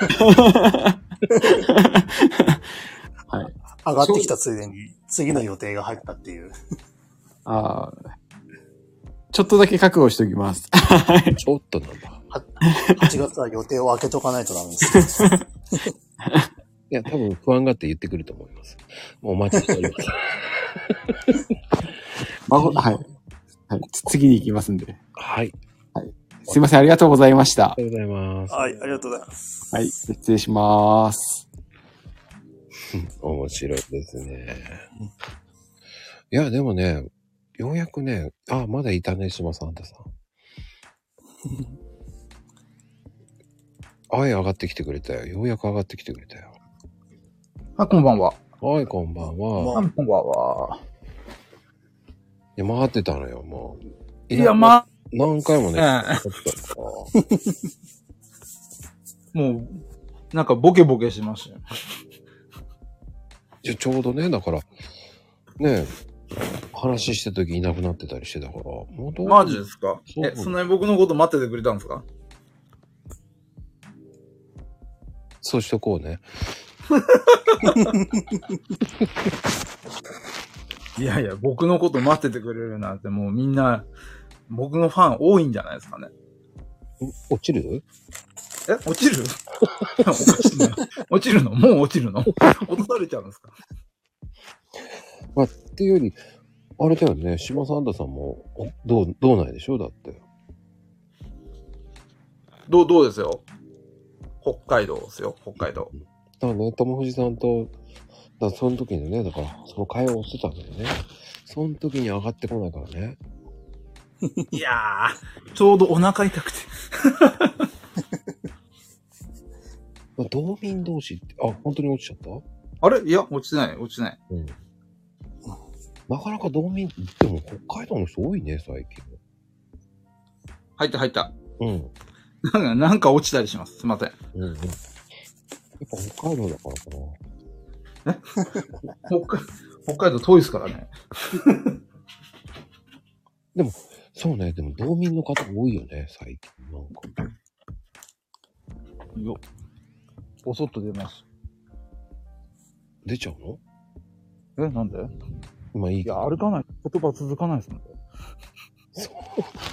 はい。上がってきたついでに次の予定が入ったっていう。 ああ。ちょっとだけ覚悟しておきます。 ちょっとなんだ。 はちがつは予定を開けとかないとダメですよ。 いや、多分不安があって言ってくると思います。もうお待ちしております。 まご、はい。はい。次に行きますんで。 はい。 はい。すいません、ありがとうございました。 ありがとうございます。 はい、ありがとうございます。 はい、失礼します。 面白いですね。いや、でもね、ようやくね、あ、まだいたね、島さん、あんたさん。はい、上がってきてくれたよ。ようやく上がってきてくれたよ。 あ、こんばんは。 はい、こんばんは。 あ、こんばんは。 いや、回ってたのよ、もう。 いや、まあ、 何回もね。 もう、なんかボケボケしましたよ。 じゃ、ちょうどね、だから、ね、話してた時いなくなってたりしてたから。もうどうマジですか？え、そんなに僕のこと待っててくれたんですか？ そうしとこうね。 いやいや、僕のこと待っててくれるなんてもうみんな、僕のファン多いんじゃないですかね。 落ちる？ え、落ちる？おかしいな。落ちるの？もう落ちるの？落とされちゃうんですか？ まあ、っていうより、あれだよね、島サンタさんも、どう、どうないでしょうだって。 どう、どうですよ。北海道ですよ、北海道。 だからね、友藤さんと、だからその時にね、だから、その会話をしてたんだよね。その時に上がってこないからね。 いやー、ちょうどお腹痛くて。 道民同士って、あ、本当に落ちちゃった？ あれいや、落ちてない、落ちてない。 うん。なかなか道民、でも北海道の人多いね、最近。 入った入った。 うん。 なんか、なんか落ちたりします。すいません。 うんうん。やっぱ北海道だからかな。 え北海、北海道遠いですからね。 でも、そうね、でも道民の方多いよね、最近。なんか。 よ。お外出ます。 出ちゃうの？ え、なんで？ まあいいいや、歩かない。言葉続かないですもん。 そう。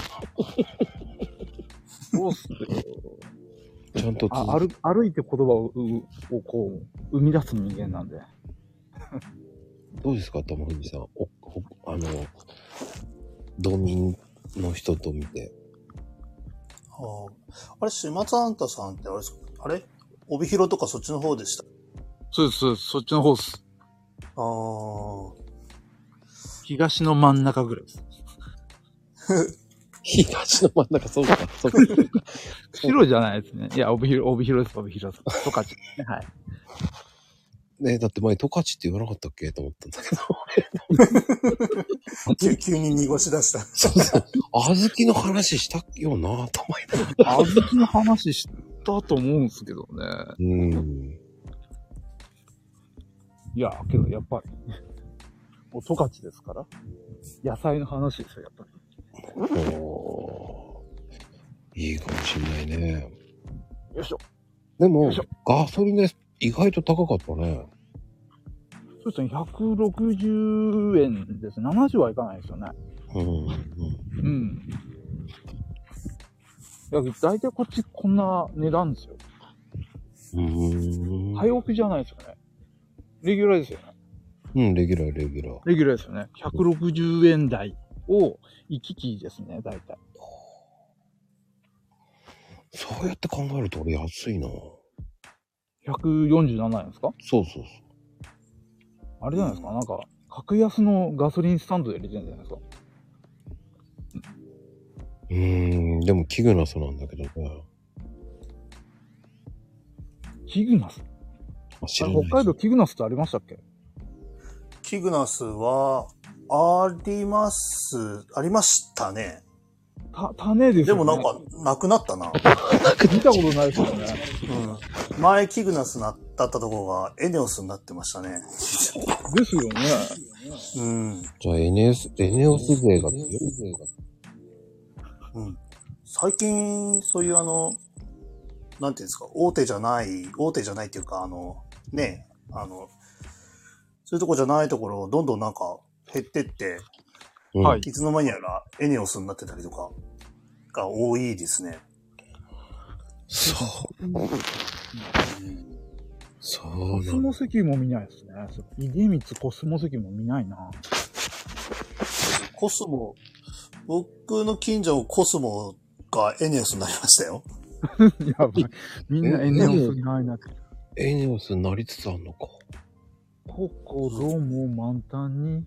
そうっすね。 ちゃんとあ歩、歩いて言葉を、をこう、生み出す人間なんで。 どうですか、玉藤さん。お、お、あの、道民の人と見て。 はあ、あれ、島津あんたさんってあれですか？あれ帯広とかそっちの方でした？ そうです、そうです。そっちの方っす。 ああ。 東の真ん中ぐらいです。 東の真ん中、そうか、そうか。 釧路じゃないですね。いや、帯広、帯広です、帯広です。十勝ですね。はい。 ね、だって前、十勝って言わなかったっけと思ったんだけど。急に濁し出した。 そうそう。小豆の話したよなぁと思いながら。 小豆の話したと思うんですけどね。 うん。 いや、けどやっぱり、もう十勝ですから。野菜の話ですよ、やっぱり。 おー、いいかもしんないね。 よいしょ。 でも、ガソリンね、意外と高かったね。 そうですね、ひゃくろくじゅうえんです。ななじゅうはいかないですよね。 うん。うん。 うん。いや、大体こっちこんな値段ですよ。 うーん。 早起きじゃないですよね。レギュラーですよね。 うん、レギュラー、レギュラー。 レギュラーですよね。ひゃくろくじゅうえん台を行き来ですね、大体。 そうやって考えると俺安いな。 ひゃくよんじゅうななえんですか？ そうそうそう。 あれじゃないですか、なんか、格安のガソリンスタンドで入れてるんじゃないですか。 うーん、でもキグナスなんだけどね。 キグナス？ あ、知らない。 北海道キグナスってありましたっけ？ キグナスは、あります、ありましたね。 た、種ですよね。 でもなんか、なくなったな。 見たことないですよね。 うん。前キグナスなだったところがエネオスになってましたね。 ですよね。 うん。 じゃあエネオス、エネオス勢が強い。 うん。最近、そういうあの、なんていうんですか、大手じゃない、大手じゃないっていうか、あの、ね、あの、そういうとこじゃないところ、どんどんなんか減ってって、 うん、 はい。 いつの間にやらエネオスになってたりとか、が多いですね。 そう。うん、そうコスモ石も見ないですね。出光コスモ石も見ないな。 コスモ、僕の近所コスモがエネオスになりましたよ。 やばい。みんなエネオスにないなって。 エネオスになりつつあんのか。 心も満タンに。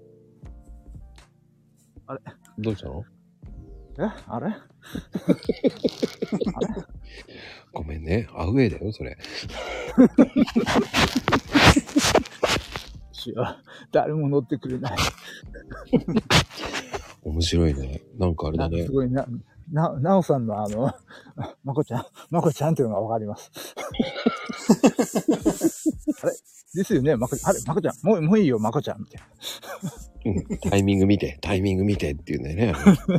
あれどうしたの？ えあれあれごめんね。アウェイだよ、それ。 誰も乗ってくれない。 面白いね。なんかあれだね。 すごいな、な、なおさんのあの、まこちゃん、まこちゃんっていうのがわかります。あれですよね、まこちゃん。あれまこちゃん、もう、もういいよ、まこちゃん。みたいな、うん。タイミング見て、タイミング見てっていうんだよね。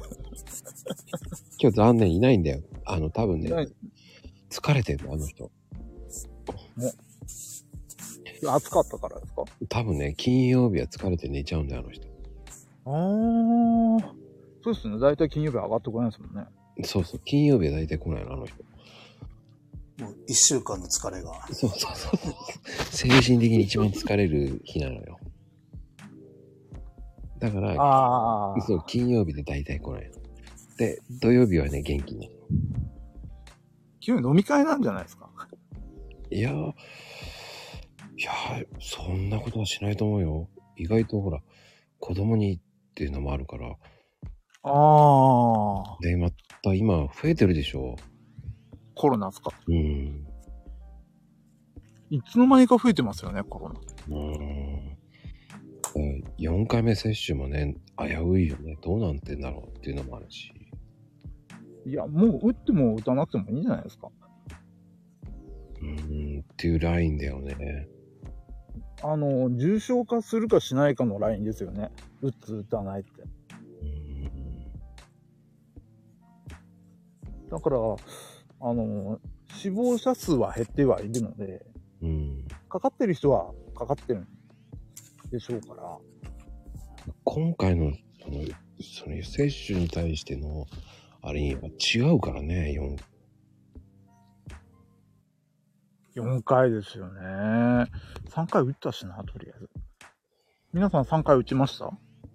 今日残念いないんだよ。あの、多分ね、疲れてんだ、あの人。 もう、暑かったからですか？ 多分ね、金曜日は疲れて寝ちゃうんだよ、あの人。 ああ、そうですね。だいたい金曜日上がってこないですもんね。 そうそう、金曜日はだいたい来ないの、あの人。 もう一週間の疲れが。 そうそうそう。精神的に一番疲れる日なのよ。だから、 ああ。 そう、金曜日でだいたい来ないの。で、土曜日はね、元気に。 今日飲み会なんじゃないですか？ いやー、いやー、そんなことはしないと思うよ。意外とほら、子供にっていうのもあるから。 あああ。 で、また今増えてるでしょ。 コロナですか。 うん。 いつの間にか増えてますよね、コロナ。 うん。よんかいめ接種もね、危ういよね。どうなんてんだろうっていうのもあるし。 いや、もう打っても打たなくてもいいんじゃないですか。 うーん、っていうラインだよね。 あの、重症化するかしないかのラインですよね。打つ、打たないって。 うーん。 だから、あの、死亡者数は減ってはいるので、 うん。 かかってる人はかかってるんでしょうから。 今回の、その、その接種に対しての、あれには違うからね、よん。 よんかいですよね。さんかい打ったしな、とりあえず。皆さんさんかい打ちました？ 打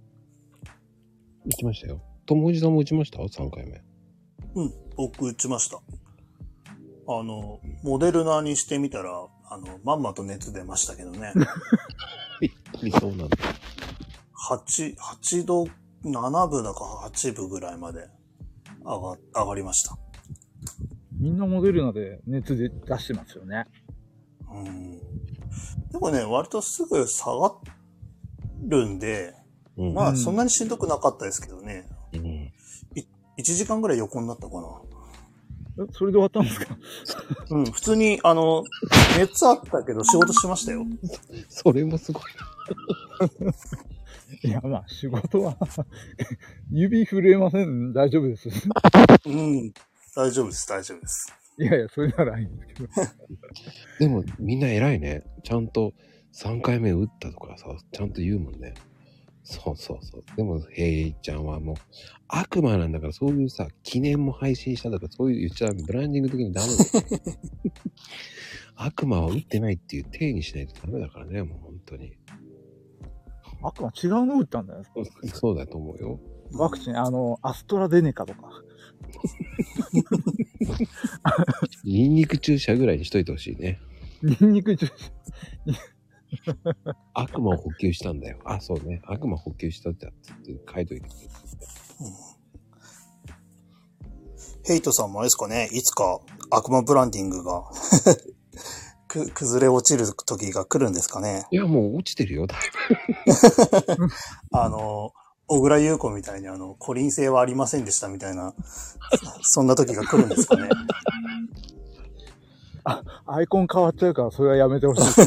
ちましたよ。友治さんも打ちました？ さん 回目。 うん、僕打ちました。あの、モデルナにしてみたら、あの、まんまと熱出ましたけどね。 やっぱりそうなんだ。 はち、はちど、ななぶだかはちぶぐらいまで上が、上がりました。 みんなモデルナで熱で出してますよね。 うん。でもね、割とすぐ下がるんで、うん、まあそんなにしんどくなかったですけどね。うん、いちじかんぐらい横になったかな。 え、それで終わったんですか？ うん、普通に、あの、熱あったけど仕事しましたよ。 それもすごいな。 いや、まあ、仕事は、指震えません。大丈夫です。 うん。大丈夫です、大丈夫です。 いやいや、それならいいんですけど。 でも、みんな偉いね。ちゃんとさんかいめ打ったとかさ、ちゃんと言うもんね。そうそうそう。でも、ヘイちゃんはもう、悪魔なんだから、そういうさ、記念も配信したとか、そういう言っちゃダメ。ブランディング的にダメだよ。悪魔は打ってないっていう体にしないとダメだからね、もう本当に。 悪魔違うの打ったんじゃないですか？そうだと思うよ。 ワクチン、あの、アストラゼネカとか。 ニンニク注射ぐらいにしといてほしいね。 ニンニク注射悪魔を補給したんだよ。あ、そうね。悪魔補給したって書いといて。うん、 ヘイトさんもあれですかね、いつか悪魔ブランディングがく崩れ落ちる時が来るんですかね。 いや、もう落ちてるよ、だいぶ。あの、小倉優子みたいにあの、コリン性はありませんでしたみたいな、そんな時が来るんですかね。 あ、アイコン変わっちゃうからそれはやめてほしい。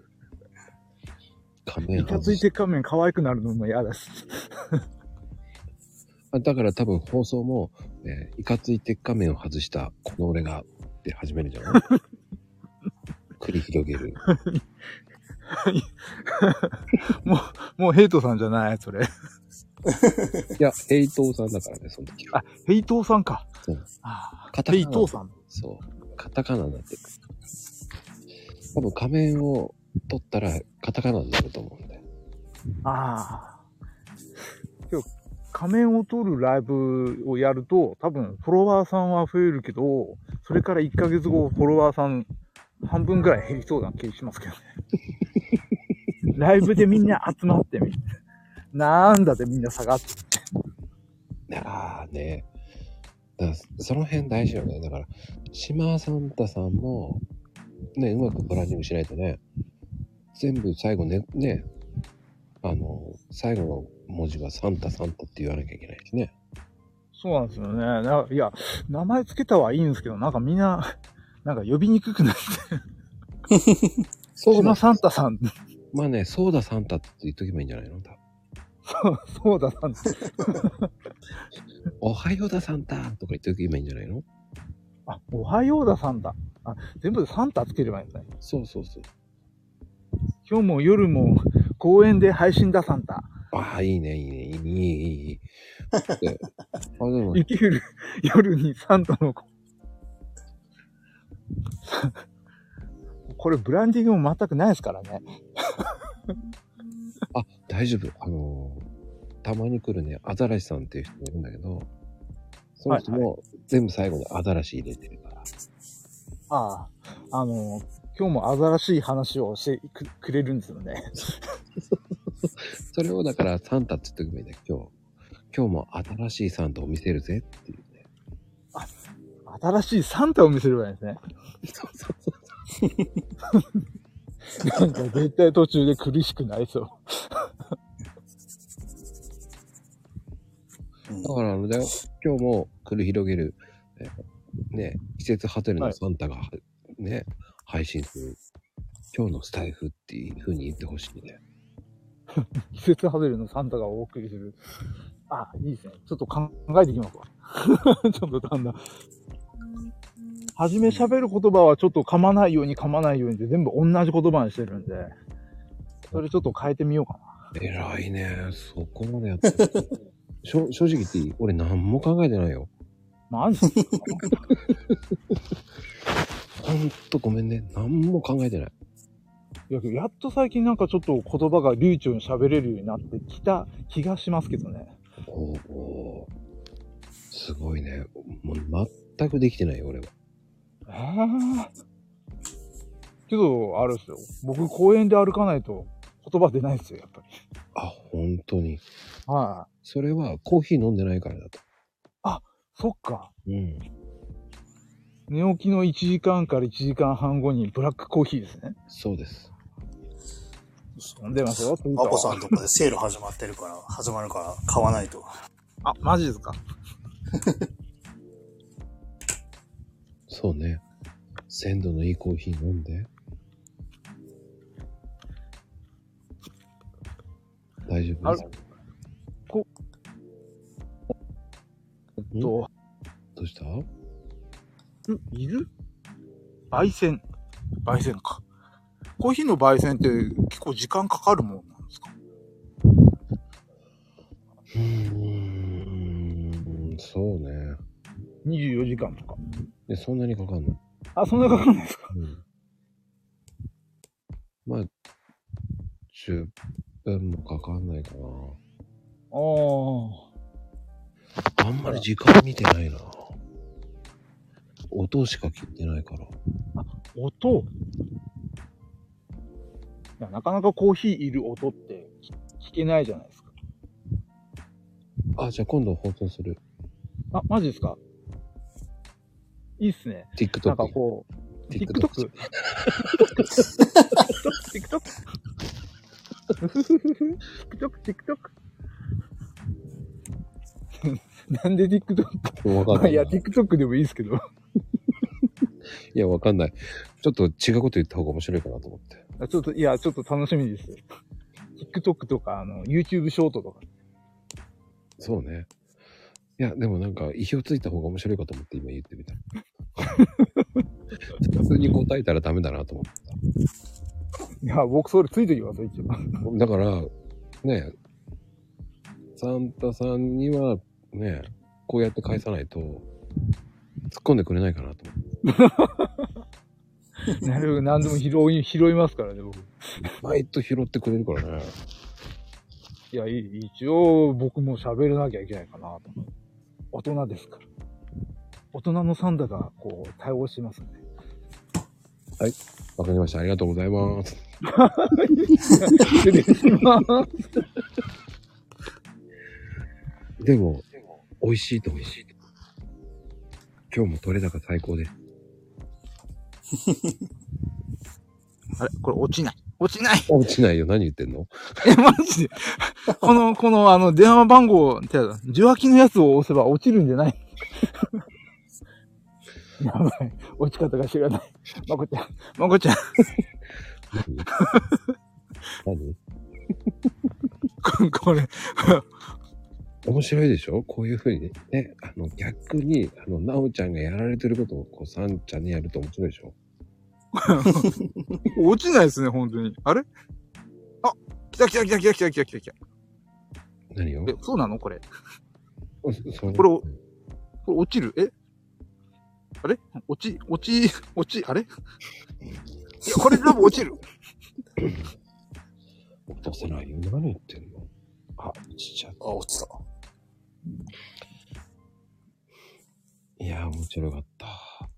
仮面いかつい鉄仮面可愛くなるのも嫌です。 だから多分放送も、えー、いかつい鉄仮面を外したこの俺がって始めるんじゃない繰り広げる。 もう、もうヘイトさんじゃない、それ。 いや、ヘイトーさんだからね、その時は。 あ、ヘイトーさんか。 そう。 あヘイトーさん。 そう。カタカナになってる。多分仮面を取ったらカタカナになると思うんで。 ああ。今日、仮面を取るライブをやると、多分フォロワーさんは増えるけど、それからいっかげつごフォロワーさん半分ぐらい減りそうな気しますけどね。ライブでみんな集まってみる。なんだでみんな下がって。 ああね。だからその辺大事よね。だから、島サンタさんも、ね、うまくブランディングしないとね、全部最後ね、ね、あの、最後の文字はサンタサンタって言わなきゃいけないしね。 そうなんですよね。いや、名前つけたはいいんですけど、なんかみんな、なんか呼びにくくなって。そうだ、サンタさん。 まあね、そうだサンタって言っとけばいいんじゃないの？ そう、そうだサンタ。 おはようだサンタとか言っておけばいいんじゃないの？ あ、おはようだサンタ。あ、全部でサンタつければいいんですね。 そうそうそう。 今日も夜も公園で配信だサンタ。 ああ、いいね、いいね、いい、いい、いい。あ、でも生きる夜にサンタの子。これブランディングも全くないですからね。 あ、大丈夫。あのー、たまに来るね、アザラシさんっていう人がいるんだけど、その人も全部最後にアザラシ入れてるから。 ああ、あのー、今日もアザラシい話をしてく、くれるんですよね。 それをだからサンタって言っとけばいいんだよ。今日、 今日も新しいサンタを見せるぜっていうね。 あ、新しいサンタを見せればいいんですね。 そうそうそう。 なんか絶対途中で苦しくなりそう。 だからあのだよ、今日も繰り広げる、えー、ね、季節ハテルのサンタが、はい、ね、配信する、今日のスタイフっていう風に言ってほしいね。 季節ハテルのサンタがお送りする。あ、いいですね。ちょっと考えていきますわ。ちょっとだんだん。はじめ喋る言葉はちょっと噛まないように噛まないようにって全部同じ言葉にしてるんで、それちょっと変えてみようかな。 偉いね。そこまでやってる。しょ正直言っていい？俺何も考えてないよ。 マジですか？ ほんとごめんね。何も考えてない。 いや、やっと最近なんかちょっと言葉が流暢に喋れるようになってきた気がしますけどね。 おーおー、すごいね。もう全くできてないよ、俺は。 えー、けど、あれですよ。僕公園で歩かないと言葉出ないですよ、やっぱり。 あ、本当に。 はい。 それはコーヒー飲んでないからだと。 あ、そっか。 うん。 寝起きのいちじかんからいちじかんはん後にブラックコーヒーですね。 そうです。 飲んでますよ。 マコさんとこでセール始まってるから、始まるから買わないと。 あ、マジですか。 そうね。鮮度のいいコーヒー飲んで。大丈夫ですか？ こ、えっと、 どうした？ んいる焙煎。焙煎か。コーヒーの焙煎って結構時間かかるもんなんですか？ うーん、そうね。 にじゅうよじかんとか。 で、そんなにかかんない。 あ、そんなにかかんないですか？ うん。まあ、じゅっぷんもかかんないかな。 ああ。あんまり時間見てないな。音しか聞いてないから。 あ、音？いや、なかなかコーヒーいる音って聞けないじゃないですか。 あ、じゃあ今度放送する。 あ、マジですか？いいっすね。 TikTok。 なんかこう、TikTok？TikTok？TikTok？ TikTok？TikTok？ なんで TikTok？ わかんない。 いや、TikTok でもいいですけど。 いや、わかんない。ちょっと違うこと言った方が面白いかなと思って。 ちょっと、いや、ちょっと楽しみです。TikTok とか、あの、YouTube ショートとか。 そうね。いや、でもなんか、意表ついた方が面白いかと思って今言ってみた。普通に答えたらダメだなと思ってた。 いや、僕それついてきますよ、一応。 だから、ね、サンタさんには、ね、こうやって返さないと、突っ込んでくれないかなと思って。 なるほど、何でも拾い、拾いますからね、僕。 意外と拾ってくれるからね。 いや、一応、僕も喋らなきゃいけないかなと。大人ですから。大人のサンタが、こう、対応しますね。 はい。わかりました。ありがとうございます。 失礼します。 でも、美味しいと思う。今日も取れ高最高です。 あれこれ落ちない。落ちない。 落ちないよ。何言ってんの？ え、マジで。この、この、あの、電話番号、受話器のやつを押せば落ちるんじゃない？やばい。落ち方が知らない。まこちゃん。まこちゃん。 何？ 何これ。 面白いでしょ？こういう風にね。ね、あの、逆に、あの、なおちゃんがやられてることを、こう、さんちゃんにやると面白いでしょ？ 落ちないですね、本当に。あれ？あ、来た来た来た来た来た来た来た来た。 何を？ え、そうなのこれ。 これ、 これ、これ落ちる？え？あれ？落ち、落ち、落ち、あれ？いや、これ多分落ちる。 落とせないよ。何言ってんの？あ、落ちちゃった。 あ、落ちた。 いやー、面白かった。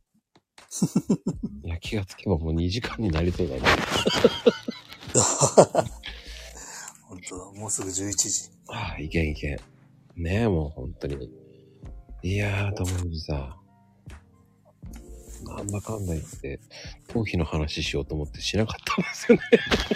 いや、気がつけばもうにじかんになりそうだね。 本当だ、もうすぐじゅういちじ。 ああ、いけんいけん。 ねえ、もう本当に。いやー、ともみさん。なんだかんだ言って、頭皮の話しようと思ってしなかったんですよね。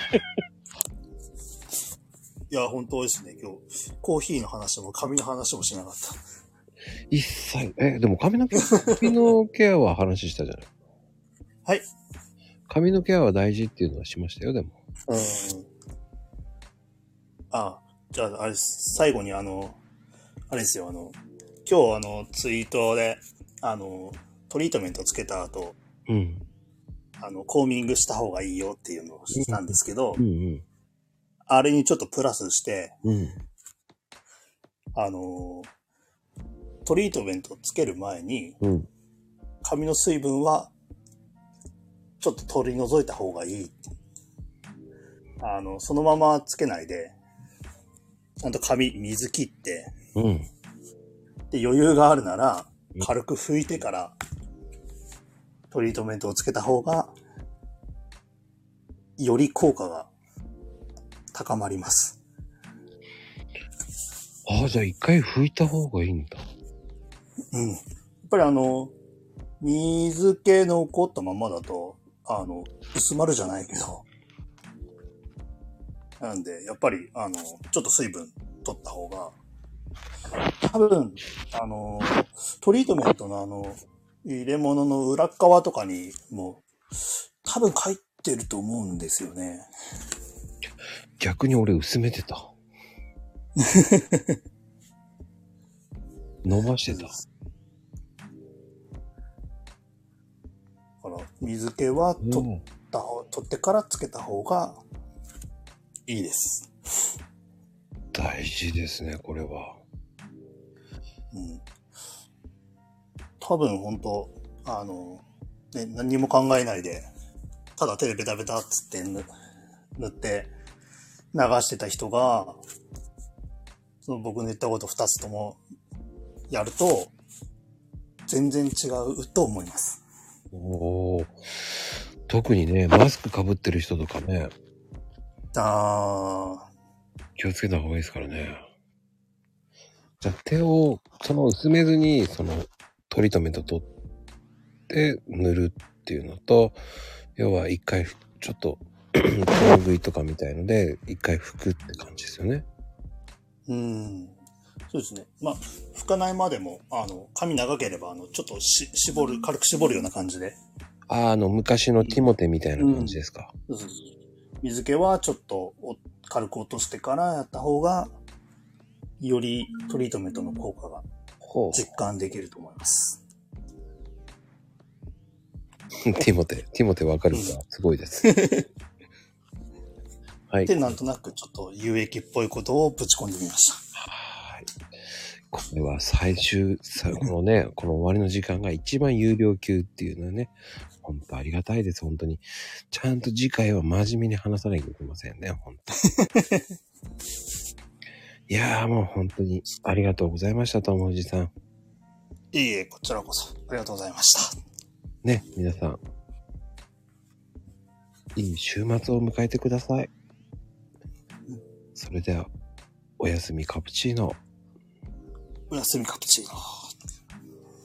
いや、本当ですね。今日、コーヒーの話も髪の話もしなかった。 一切、え、でも髪の毛、髪のケアは話したじゃない。 はい。 髪のケアは大事っていうのはしましたよ、でも。 うん。あ、じゃあ、あれです。最後にあの、あれですよ、あの、今日あの、ツイートで、あの、トリートメントつけた後、 うん。 あの、コーミングした方がいいよっていうのをしたんですけど、 うんうん。 あれにちょっとプラスして、 うん。 あの、トリートメントつける前に、 うん。 髪の水分は、ちょっと取り除いた方がいい。あの、そのままつけないで、ちゃんと髪水切って、 うん。 で、余裕があるなら、軽く拭いてから、トリートメントをつけた方が、より効果が高まります。 ああ、じゃあ一回拭いた方がいいんだ。 うん。やっぱりあの、水気残ったままだと、あの、薄まるじゃないけど、なんで、やっぱり、あの、ちょっと水分取った方が、多分、あの、トリートメントのあの、入れ物の裏側とかにも、多分書いてると思うんですよね。 逆に俺薄めてた。伸ばしてた。だから、 水気は取った、うん、取ってからつけた方がいいです。 大事ですね、これは。 うん。多分本当あの、ね、何にも考えないで、ただ手でベタベタっつって塗って流してた人が、その僕の言ったこと二つともやると、全然違うと思います。 おー。特にね、マスク被ってる人とかね。 あー。 気をつけた方がいいですからね。じゃあ手を、その薄めずに、そのトリートメント取って塗るっていうのと、要は一回、ちょっと、手拭いとかみたいので、一回拭くって感じですよね。 うん。そうですね。まあ、拭かないまでも、あの、髪長ければ、あの、ちょっとし、絞る、軽く絞るような感じで。 ああ、あの、昔のティモテみたいな感じですか。 うん、そうそうそう。水気はちょっと軽く落としてからやった方が、よりトリートメントの効果が実感できると思います。 ティモテ、ティモテわかるか、うん、すごいです。 はい。で、なんとなくちょっと有益っぽいことをぶち込んでみました。 はい。これは最終、このね、この終わりの時間が一番有料級っていうのはね、本当ありがたいです、本当に。ちゃんと次回は真面目に話さなきゃいけませんね、本当いやーもう本当にありがとうございました、ともおじさん。 いいえ、こちらこそありがとうございました。 ね、皆さん、いい週末を迎えてください。それでは、おやすみカプチーノ。 おやすみカプチーノ。